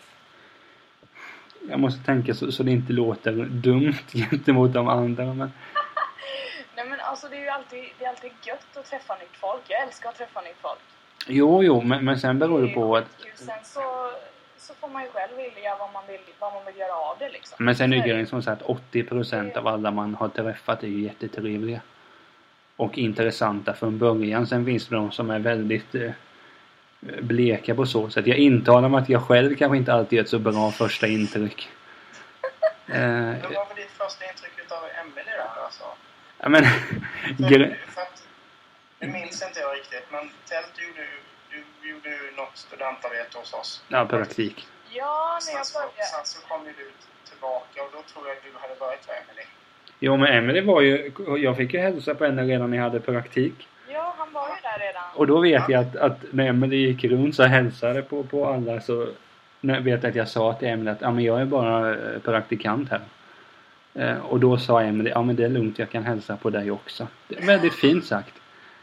Jag måste tänka så det inte låter dumt gentemot de andra. Men... Nej, men alltså det är alltid gött att träffa nytt folk. Jag älskar att träffa nytt folk. Jo, men sen beror det på att... Sen så får man ju själv vilja vad man vill göra av det liksom. Men sen är det ju som sagt 80% av alla man har träffat är ju jättetrevliga. Och intressanta från början. Sen finns det de som är väldigt... bleka på så sätt. Jag intalar mig att jag själv kanske inte alltid gör ett så bra första intryck. Men vad var ditt första intryck utav Emelie där alltså? Ja, men... för att, nu minns inte jag riktigt, men Tält du gjorde något studentarbete hos oss. Ja, praktik. Ja, när jag började. Sen så kom ju du tillbaka och då tror jag att du hade börjat med Emelie. Jo, men Emelie var ju... Jag fick ju hälsa på henne redan när jag hade praktik. Ja, han var ju där redan. Och då vet jag att när Emelie gick runt så hälsade på alla, så vet jag att jag sa till Emelie att ja, men jag är bara praktikant här. Och då sa Emelie, ja men det är lugnt, jag kan hälsa på dig också. Det är väldigt fint sagt.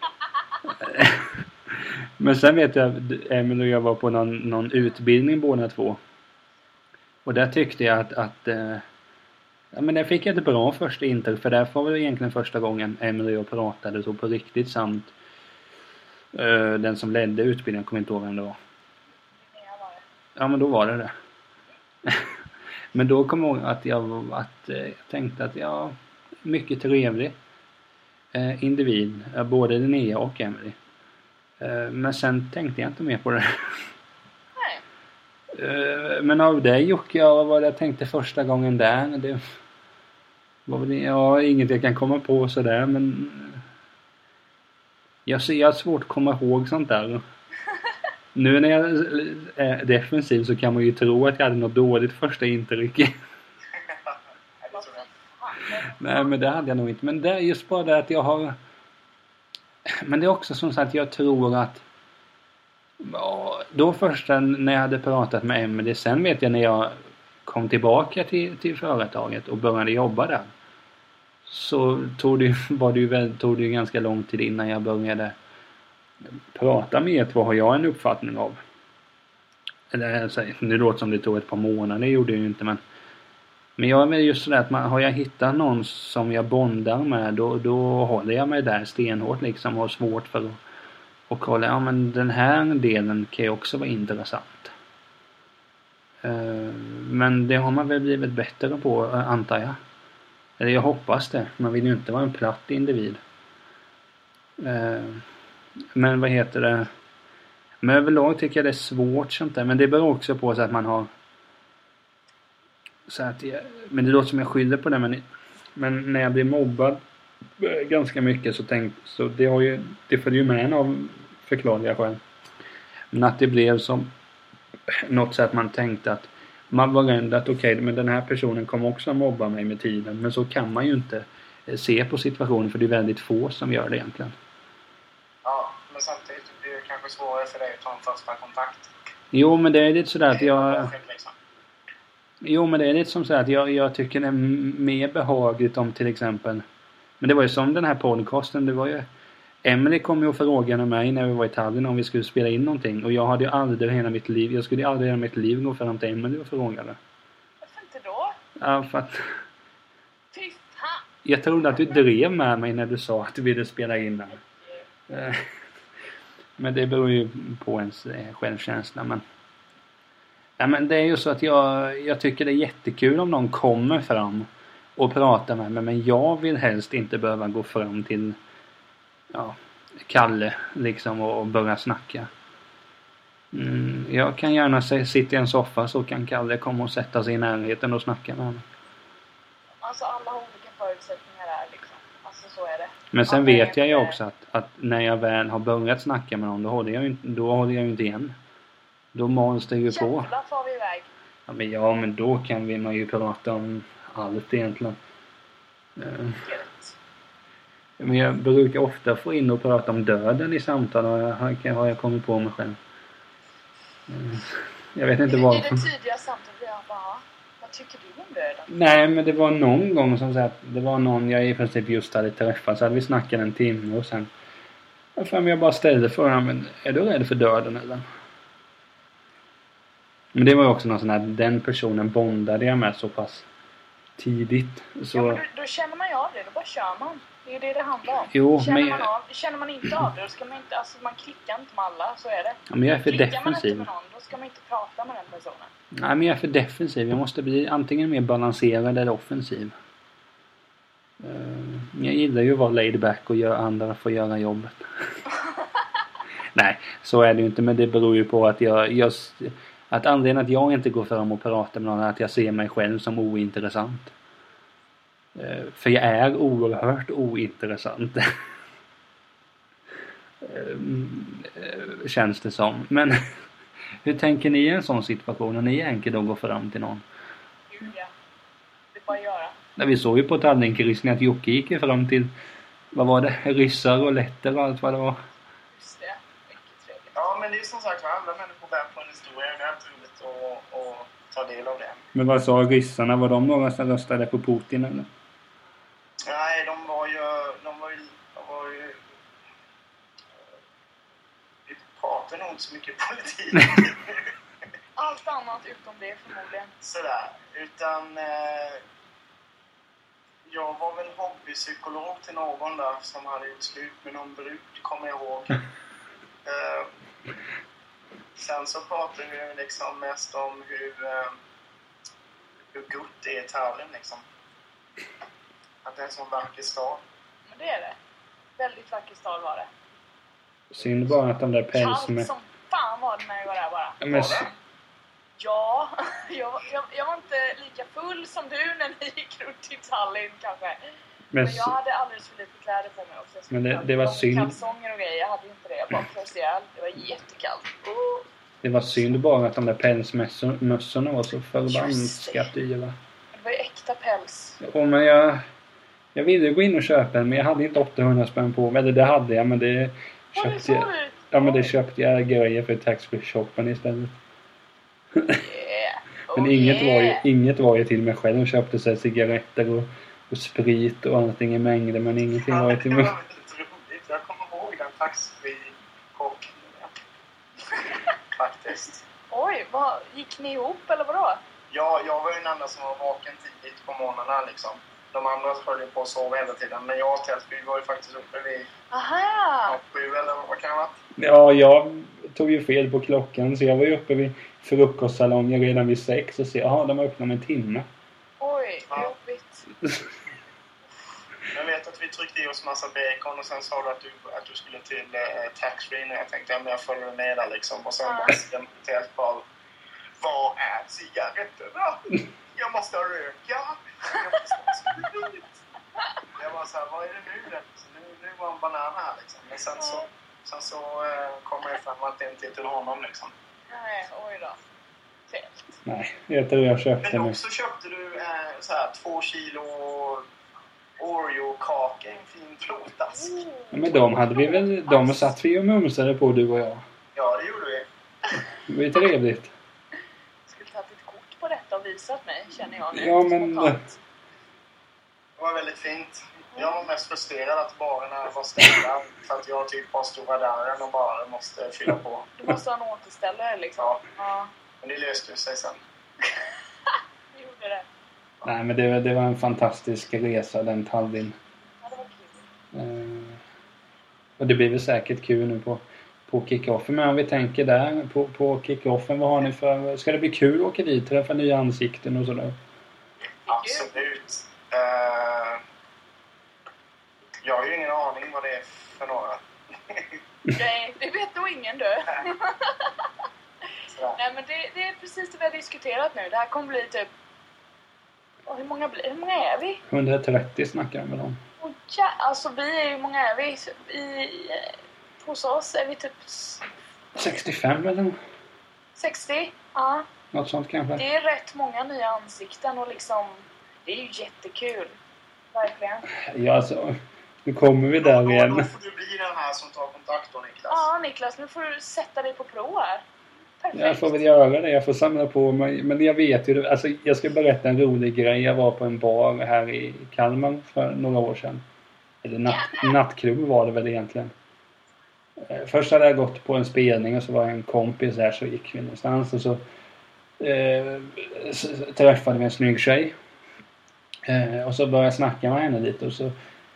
Men sen vet jag att Emelie och jag var på någon utbildning båda två. Och där tyckte jag att ja, men där fick jag ett bra första intryck, för därför var det egentligen första gången Emelie och jag pratade så på riktigt, samt den som ledde utbildningen, kommer inte ihåg vem det var. Ja, men då var det. Men då kom jag ihåg att jag tänkte att jag mycket trevlig individ, både Linnea och Emelie. Men sen tänkte jag inte mer på det. Nej. Men av det Jocke, vad jag tänkte första gången där, det var väl inget jag kan komma på sådär, men jag har svårt att komma ihåg sånt där. Nu när jag är defensiv så kan man ju tro att jag hade något dåligt första intryck. Nej, men det hade jag nog inte. Men det är just bara det att jag har... Men det är också som sagt, jag tror att... Ja, då först när jag hade pratat med Emelie, sen vet jag när jag kom tillbaka till företaget och började jobba där. Så tog det ju ganska lång tid innan jag började prata med vad har jag en uppfattning av. Eller nu låter som det tog ett par månader, det gjorde jag ju inte, men jag är väl just sådär att har jag hittat någon som jag bondar med, då håller jag mig där stenhårt liksom och har svårt för att kolla, ja men den här delen kan ju också vara intressant. Men det har man väl blivit bättre på, antar jag. Eller jag hoppas det. Man vill ju inte vara en platt individ. Men vad heter det? Men överlag tycker jag det är svårt sånt där. Men det beror också på så att man har... Så att men det låter som jag skyller på det. Men när jag blir mobbad ganska mycket så det följer ju med en av förklarliga skäl. Men att det blev som något så att man tänkte att man var rädd att okej, men den här personen kommer också mobba mig med tiden. Men så kan man ju inte se på situationen, för det är väldigt få som gör det egentligen. Ja, men samtidigt blir det kanske svårare för dig att ta en första kontakt. Jo, men det är lite sådär att jag... Jo, men det är lite som så att jag tycker det är mer behagligt om till exempel... Men det var ju som den här podcasten, det var ju... Emelie kom ju och frågade mig när vi var i Tallinn om vi skulle spela in någonting. Och jag hade ju aldrig hela mitt liv... Jag skulle aldrig hela mitt liv gå fram till Emelie och fråga det. Varför inte då? Ja, för att... Titta! Jag trodde att du drev med mig när du sa att du ville spela in den. Men det beror ju på ens självkänsla. Men det är ju så att jag tycker det är jättekul om någon kommer fram och pratar med mig. Men jag vill helst inte behöva gå fram till Kalle liksom och börja snacka. Jag kan gärna sitta i en soffa, så kan Kalle komma och sätta sig i närheten och snacka med honom. Alltså alla har olika förutsättningar där liksom. Alltså så är det. Men sen vet jag ju också att när jag väl har börjat snacka med någon, då håller jag ju inte igen. Då måste jag ju på. Jävlar far vi iväg. Men då kan man ju prata om allt egentligen. Men jag brukar ofta få in och prata om döden i samtal, och har jag kommit på mig själv. Jag vet inte varför. I det tidiga samtalet jag bara, vad tycker du om döden? Nej, men det var någon gång som sagt, det var någon jag i princip just hade träffat, så hade vi snackat en timme och sen jag bara ställde frågan, men är du rädd för döden eller? Men det var ju också någon sån här, den personen bondade jag med så pass tidigt. Så... Ja, men då känner man ju av det, då bara kör man. Det är det handlar om. Jo, Känner man inte av det, då ska man inte, alltså man klickar inte med alla, så är det. Ja, men jag är för klickar defensiv. Man inte med någon, då ska man inte prata med den personen. Nej, men jag är för defensiv. Jag måste bli antingen mer balanserad eller offensiv. Jag gillar ju att vara laid back och göra andra få göra jobbet. Nej, så är det ju inte, men det beror ju på att att anledningen att jag inte går fram och pratar med någon är att jag ser mig själv som ointressant. För jag är oerhört ointressant. Känns det som. Men hur tänker ni i en sån situation när ni egentligen då går fram till någon? Gud ja. Det är bara att göra. När vi såg ju på Tallinkryssningen att Jocke gick fram till, vad var det? Ryssar och letter och allt vad det var. Just det. Mycket trevligt. Ja, men det är som sagt att andra människor bär på en historia. Det är alltid roligt att ta del av det. Men vad sa ryssarna? Var de några som röstade på Putin eller? Nej, de var ju vi pratar nog inte så mycket politik. Allt annat utom det förmodligen. Sådär. Utan jag var väl hobbypsykolog till någon där som hade gjort slut med någon brud, kommer jag ihåg. Sen så pratade vi liksom mest om hur gott det är i Tallinn liksom. Att det är en sån vacker stad. Men det är det. Väldigt vacker stad var det. Synd bara att de där Kallt som fan var det när jag var där bara. Men... Ja, jag var inte lika full som du när ni gick runt i Tallinn kanske. Men jag hade alldeles för lite kläder på mig också. Men det var synd. Kalsonger och grejer, jag hade inte det. Jag bara frös ihjäl. Det var jättekallt. Det var synd bara att de där pälsmössorna var så förbannat dyra. Det var ju äkta päls. Ja, men Jag ville gå in och köpa en, men jag hade inte 800 spänn på mig. Eller det hade jag, men det köpte jag. Ja, men det köpte jag grejer för taxfree-shoppen istället. Men inget var ju till mig själv. Jag köpte sig cigaretter och sprit och allting i mängder, men ingenting var ju till mig. Det var väldigt roligt. Jag kommer ihåg den taxfree-chocken. Faktiskt. Oj, gick ni ihop eller vadå? Ja, jag var ju den enda som var vaken tidigt på morgnarna liksom. De andra höll ju på att sova hela tiden. Men jag och Telsby var ju faktiskt uppe vid 7 eller vad kan det vara? Ja, jag tog ju fel på klockan. Så jag var ju uppe vid frukostsalongen redan vid 6. Och så, de har öppnat om en timme. Oj, jobbigt. Jag vet att vi tryckte i oss massa bacon och sen sa du att du skulle till taxfree. Och jag tänkte att jag följer med där liksom. Och sen bara vad är cigaretterna? Jag måste röka. Jag var så här, vad är det nu? Nu var en banan här liksom. Men sen så kom jag fram att det inte är till honom liksom. Nej, oj då. Fel. Nej, jag tror jag köpte men mig. också köpte du så här 2 kilo Oreo-kaka i en fin plåtask. Men de hade vi väl, de satt vi och mumsade på, du och jag. Ja, det gjorde vi. Det var ju trevligt. Skulle tagit ett kort på detta och visat mig, känner jag nu. Ja, men det var väldigt fint. Jag var mest frustrerad att barerna var stängda för att jag typ har stora dörren och bara måste fylla på. Du måste ha en återställare liksom. Ja. Men det löste sig sen. Du gjorde det. Nej, men det var en fantastisk resa, den Tallinn. Ja, det var kul. Och det blir väl säkert kul nu på kick-offen. Men om vi tänker där på kick-offen, vad har ni för... Ska det bli kul att åka dit, träffa nya ansikten och sådär? Absolut. Jag har ju ingen aning vad det är för några. Nej, det vet nog ingen du. Nej, men det är precis det vi har diskuterat nu. Det här kommer bli typ... hur många är vi? 130 snackar jag med dem. Ja, alltså hur många är vi? Hos oss är vi typ... 65 eller? 60? Ja. Något sånt kanske. Det är rätt många nya ansikten och liksom... Det är ju jättekul. Verkligen. Ja, alltså... Nu kommer vi där igen. Då får du bli den här som tar kontakt då, Niklas. Ja, Niklas, nu får du sätta dig på prov här. Perfekt. Jag får väl göra det. Jag får samla på mig. Men jag vet ju... Alltså, jag ska berätta en rolig grej. Jag var på en bar här i Kalmar för några år sedan. Eller nattklubb var det väl egentligen. Först hade jag gått på en spelning och så var en kompis där, så gick vi någonstans och så träffade vi en snygg tjej. Och så började jag snacka med henne lite och så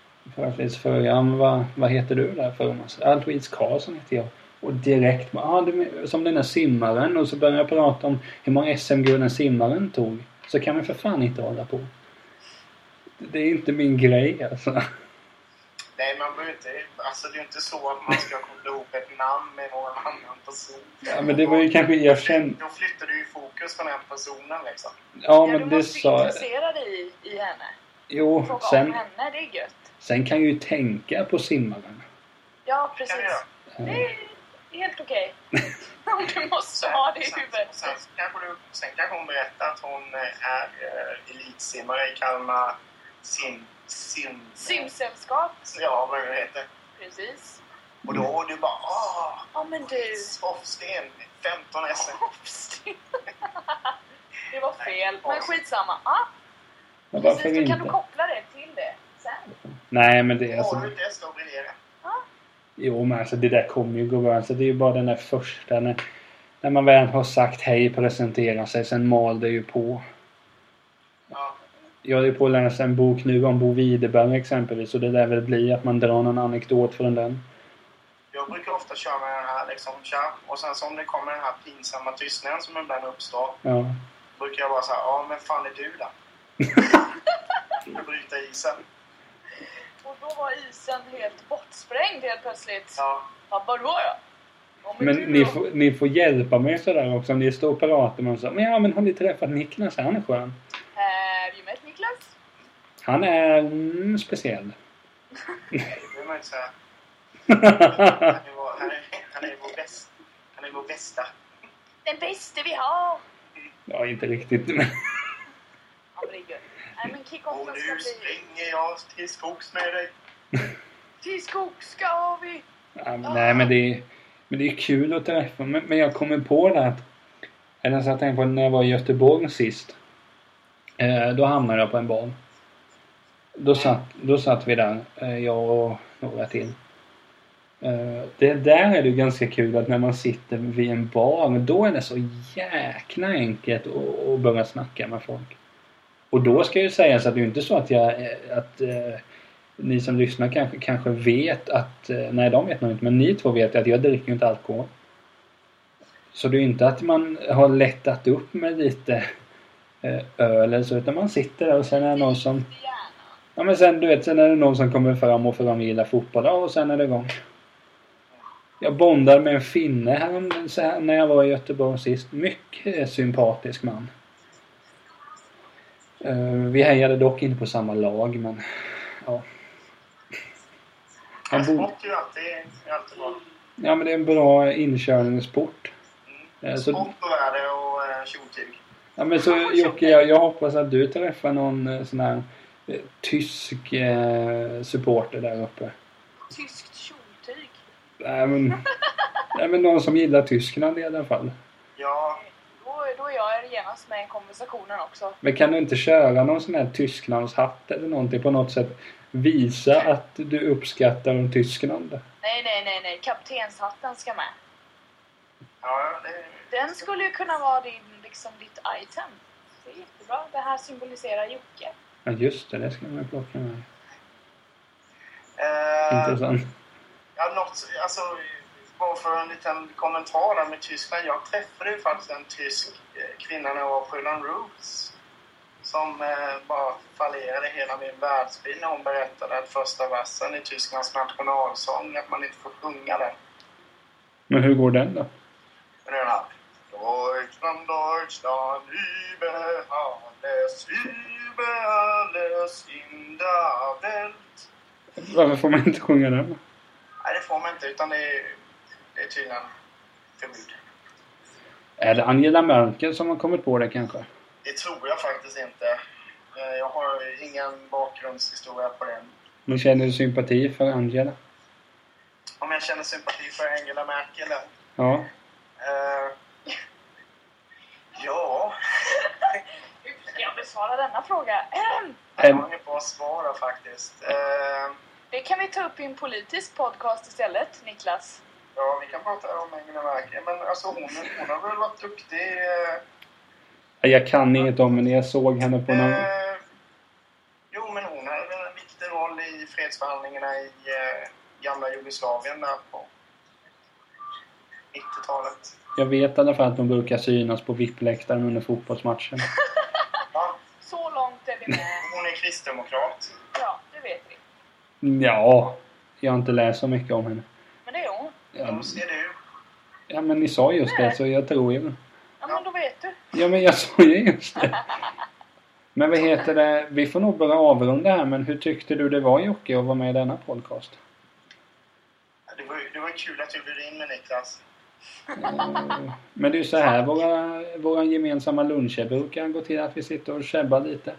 vad heter du där för oss? Louise Karlsson heter jag. Och direkt, som den här simmaren, och så började jag prata om hur många SM-guld den simmaren tog. Så kan man för fan inte hålla på. Det är inte min grej alltså. Nej, man behöver inte... Alltså det är inte så att man ska koppla ihop ett namn med någon annan person. Ja, men det var ju kanske... Då flyttar du ju fokus från den personen liksom. Ja, men du måste ju intressera dig i henne. Jo, fråga sen... om henne, det är gött. Sen kan jag ju tänka på simmaren. Ja, precis. Det är helt okej. Du måste ha det i huvudet. Sen kanske hon berättar att hon är elitsimmare i Kalmar simsällskap. Ja, vad det heter. Precis. Och då du bara, ja men du. Hoffsten, 15 SM. Hoffsten. Det var fel, men skitsamma. Ja, precis, då kan du koppla det till det sen. Nej, men det är alltså... Har du inte hästar att briljera? Jo, men alltså det där kommer ju gå bra. Alltså, det är ju bara den där första när man väl har sagt hej, presentera sig, sen mal det ju på. Ja. Jag är på att läsa en bok nu om Bo Widerberg exempelvis, och det där väl blir att man drar någon anekdot från den. Jag brukar ofta köra med den här liksom, och sen så om det kommer den här pinsamma tystnaden som ibland uppstår, brukar jag bara säga, men fan är du då? För bryta isen. Och då var isen helt bortsprängd helt plötsligt. Ja. Vadå då? Men ni får hjälpa mig sådär också. Om ni står och pratar med så. Men har ni träffat Niklas? Han är skön. Have you met Niklas? Han är speciell. Det vill man inte säga. Han är vår bästa. Den bästa vi har. Ja, inte riktigt. Men... Ja, det är gött. Nej, men kick-offen Och ska nu bli... springer jag till skogs med dig. Till skogs ska vi! Ja, nej, men det är kul att träffa. Men jag kommer på det att... Eller så jag tänkte på när jag var i Göteborg sist. Då hamnade jag på en bar. Då satt vi där. Jag och några till. Det där är det ganska kul att när man sitter vid en bar. Då är det så jäkla enkelt att börja snacka med folk. Och då ska jag säga så att det är inte så att ni som lyssnar kanske vet att... Nej, de vet nog inte. Men ni två vet att jag dricker inte alkohol. Så det är inte att man har lättat upp med lite öl eller så. Utan man sitter där och sen är det någon som... Ja, men sen är det någon som kommer fram och för de gillar fotboll. Och sen är det igång. Jag bondade med en finne här när jag var i Göteborg sist. Mycket sympatisk man. Vi hejade dock inte på samma lag, men ja. Sport är ju alltid bra. Ja, men det är en bra inkörningssport. Sport och värde och kjoltyg. Ja, men så Jocke, jag hoppas att du träffar någon sån här tysk supporter där uppe. Tyskt kjoltyg? Nej, men någon som gillar Tyskland i alla fall. Ja. Då är jag genast med i konversationen också. Men kan du inte köra någon sån här Tysklandshatt eller någonting på något sätt? Visa att du uppskattar om Tyskland. Nej. Kaptenshatten ska med. Ja, Den skulle ju kunna vara ditt item. Det är jättebra. Det här symboliserar Jocke. Ja, just det ska man plocka med. Intressant. Ja, bara för en liten kommentar där med Tyskland. Jag träffade ju faktiskt en tysk kvinna när jag var på Moulin Rouge. Som bara fallerade hela min världsbild när hon berättade att första versen i Tysklands nationalsång, att man inte får sjunga den. Men hur går den då? Den här. Deutschland, Deutschland, über alles in der Welt. Varför får man inte sjunga den? Nej, det får man inte, utan det är tydligen förbud. Är det Angela Merkel som har kommit på det kanske? Det tror jag faktiskt inte. Jag har ingen bakgrundshistoria på den. Men känner du sympati för Angela? Om jag känner sympati för Angela Merkel? Ja. Ja. Hur ska jag besvara denna fråga? Jag har på att svara faktiskt. Det kan vi ta upp i en politisk podcast istället, Niklas. Ja, vi kan prata om Angela Merkel. Men alltså hon har väl varit duktig... Jag kan inget om henne. Jag såg henne på någon... Jo, men hon hade väl en viktig roll i fredsförhandlingarna i gamla Jugoslavien där på 90-talet. Jag vet i alla fall att de brukar synas på VIP-läktaren under fotbollsmatchen. Ja. Så långt är vi med. Hon är kristdemokrat. Ja, det vet vi. Ja, jag har inte läst så mycket om henne. Men det är hon. Ja, ser du. Ja, men ni sa just det, så jag tror ju. Ja, men då vet du. Ja, men jag sa ju just det. Men vad heter det? Vi får nog börja avrunda här, men hur tyckte du det var, Jocke, att vara med i denna podcast? Det var kul att du bjöd in med Niklas. Men det är ju så här, våra gemensamma luncher brukar gå till att vi sitter och käbbar lite.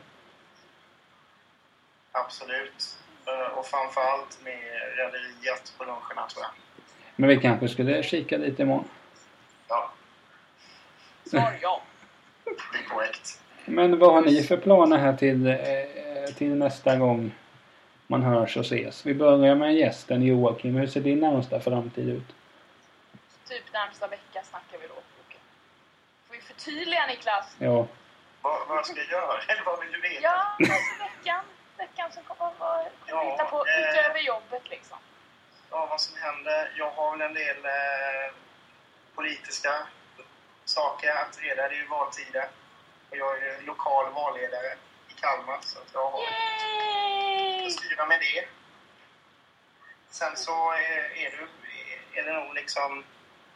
Absolut. Och framförallt med rederiet på luncherna, tror jag. Men vi kanske skulle kika lite imorgon. Ja. Svar ja. Det är korrekt. Men vad har ni för planer här till nästa gång man hörs och ses? Vi börjar med gästen Joakim. Hur ser din närmsta framtid ut? Typ närmsta vecka snackar vi då. Okay. Får vi förtydliga, Niklas? Ja. Vad ska jag göra? Eller vad vill du veta? Ja, alltså veckan som kommer att hitta på utöver jobbet liksom. Ja, vad som händer. Jag har väl en del politiska saker att reda. Det är ju valtider. Och jag är lokal valledare i Kalmar. Så att jag har att styra med det. Sen så är det nog liksom...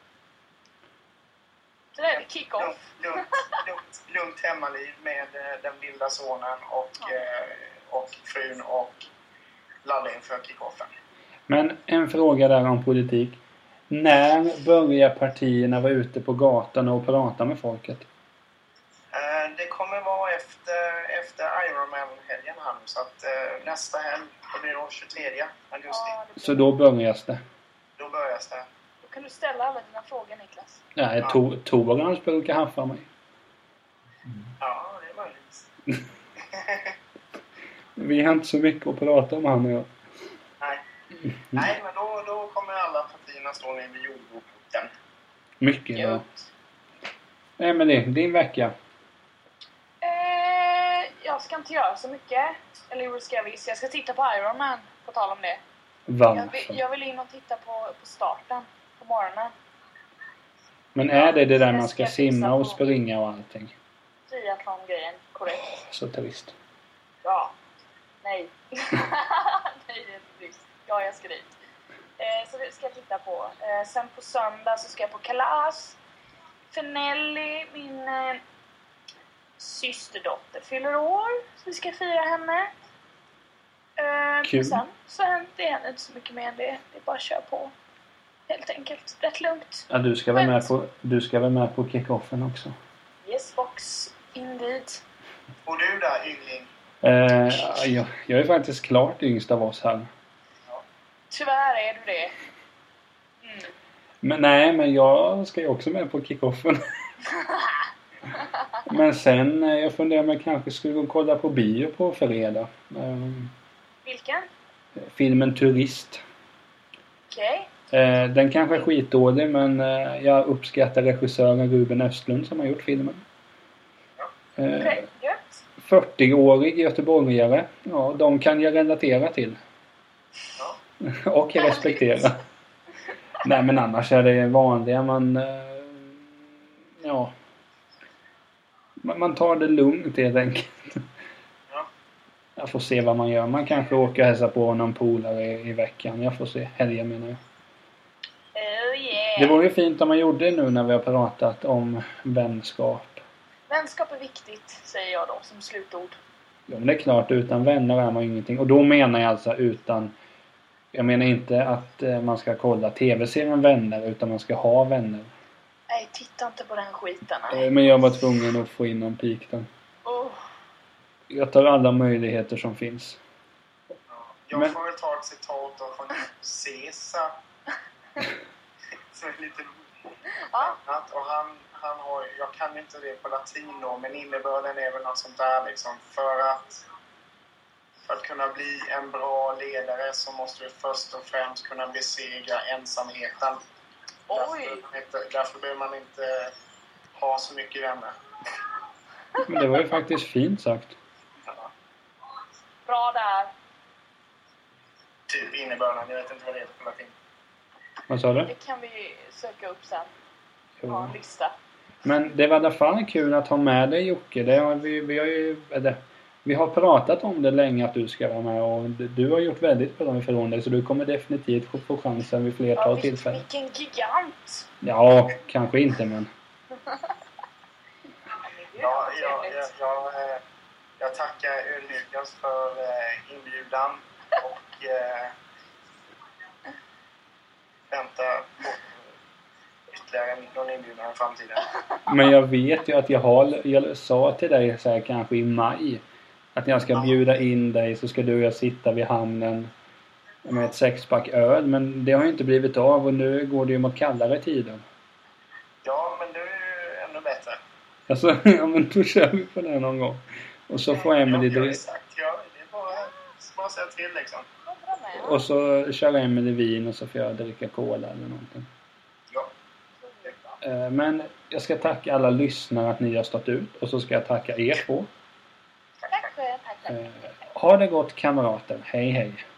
Det där är kick-off. Lugnt hemmaliv med den vilda sonen och frun och ladda inför kick-offen. Men en fråga där om politik. När börjar partierna vara ute på gatan och prata med folket? Det kommer vara efter Ironman Så att nästa helg, det blir då 23 augusti. Ja, Så då börjas det. Då börjas det. Då kan du ställa alla dina frågor, Niklas. Nej, Torans brukar haffa mig. Ja, det är möjligt. Vi har inte så mycket att prata om han och jag. Nej, men då kommer alla partierna stå ner vid jordboken. Mycket bra. Gött. Emelie, din vecka. Jag ska inte göra så mycket. Eller jo, det ska jag visst. Jag ska titta på Iron Man, på tal om det. Varför? Jag vill in och titta på starten på morgonen. Men är det där Jag man ska simma fixa och på springa och allting? triathlon-grejen, korrekt. Så trist. Ja. Nej. Nej, det är inte trist. Ja, jag ska dit. Så det ska jag titta på. Sen på söndag så ska jag på kalas. För Nelly, min systerdotter, fyller år. Så vi ska fira henne. Kul. Sen så händer det inte så mycket mer än det. Det är bara att köra på. Helt enkelt. Rätt lugnt. Ja, du ska väl med på kickoffen också? Yes, box. Indeed. Och du där, yngling? Jag är faktiskt klart yngst av oss här. Tyvärr är du det. Men jag ska ju också med på kickoffen. Men sen, jag funderar om jag kanske skulle gå och kolla på bio på fredag. Vilken? Filmen Turist. Okej. Den kanske är skitdålig, men jag uppskattar regissören Ruben Östlund som har gjort filmen. Okej, gött. 40-årig göteborgare. Ja, de kan jag relatera till. Och jag respekterar. Nej, men annars är det vanliga. Man tar det lugnt helt enkelt. Jag får se vad man gör. Man kanske åker och hälsa på någon polare i veckan. Jag får se. Helgen menar jag. Oh yeah. Det var ju fint om man gjorde nu när vi har pratat om vänskap. Vänskap är viktigt, säger jag då som slutord. Ja, men det är klart, utan vänner är man ju ingenting. Och då menar jag alltså utan... Jag menar inte att man ska kolla tv-serien Vänner, utan man ska ha vänner. Nej, titta inte på den skiten. Nej. Men jag var tvungen att få in någon pik där. Oh. Jag tar alla möjligheter som finns. Jag får väl ta ett citat då från Caesar. Som är lite roligt. Och han har, jag kan inte det på latin då, men innebörden är väl något sånt där liksom. För att kunna bli en bra ledare så måste du först och främst kunna besegra ensamheten. Därför behöver man inte ha så mycket vänner. Men det var ju faktiskt fint sagt. Ja. Bra där. Typ innebörden, jag vet inte vad det är på latin. Vad sa du? Det kan vi söka upp sen. Jo. Ha en lista. Men det var i alla fall kul att ha med dig, Jocke. Det har vi har pratat om det länge att du ska vara med, och du har gjort väldigt bra ifrån dig, så du kommer definitivt få chansen vid flertal tillfällen. Vilken gigant! Ja, kanske inte, men... Jag tackar ödmjukast för inbjudan och väntar på ytterligare någon inbjudan i framtiden. Men jag vet ju att jag sa till dig så här kanske i maj att jag ska bjuda in dig, så ska du och jag sitta vid hamnen med ett 6-pack öl, men det har ju inte blivit av, och nu går det ju mot kallare tider. Ja, men det är ju ännu bättre. Alltså, ja, men då kör vi på det någon gång. Och så får Emelie det är bara säga till liksom. Och så kör Emelie vin och så får jag dricka cola eller någonting. Ja. Men jag ska tacka alla lyssnare att ni har stått ut, och så ska jag tacka er två. Tack. Ha det gott, kamrater. Hej hej.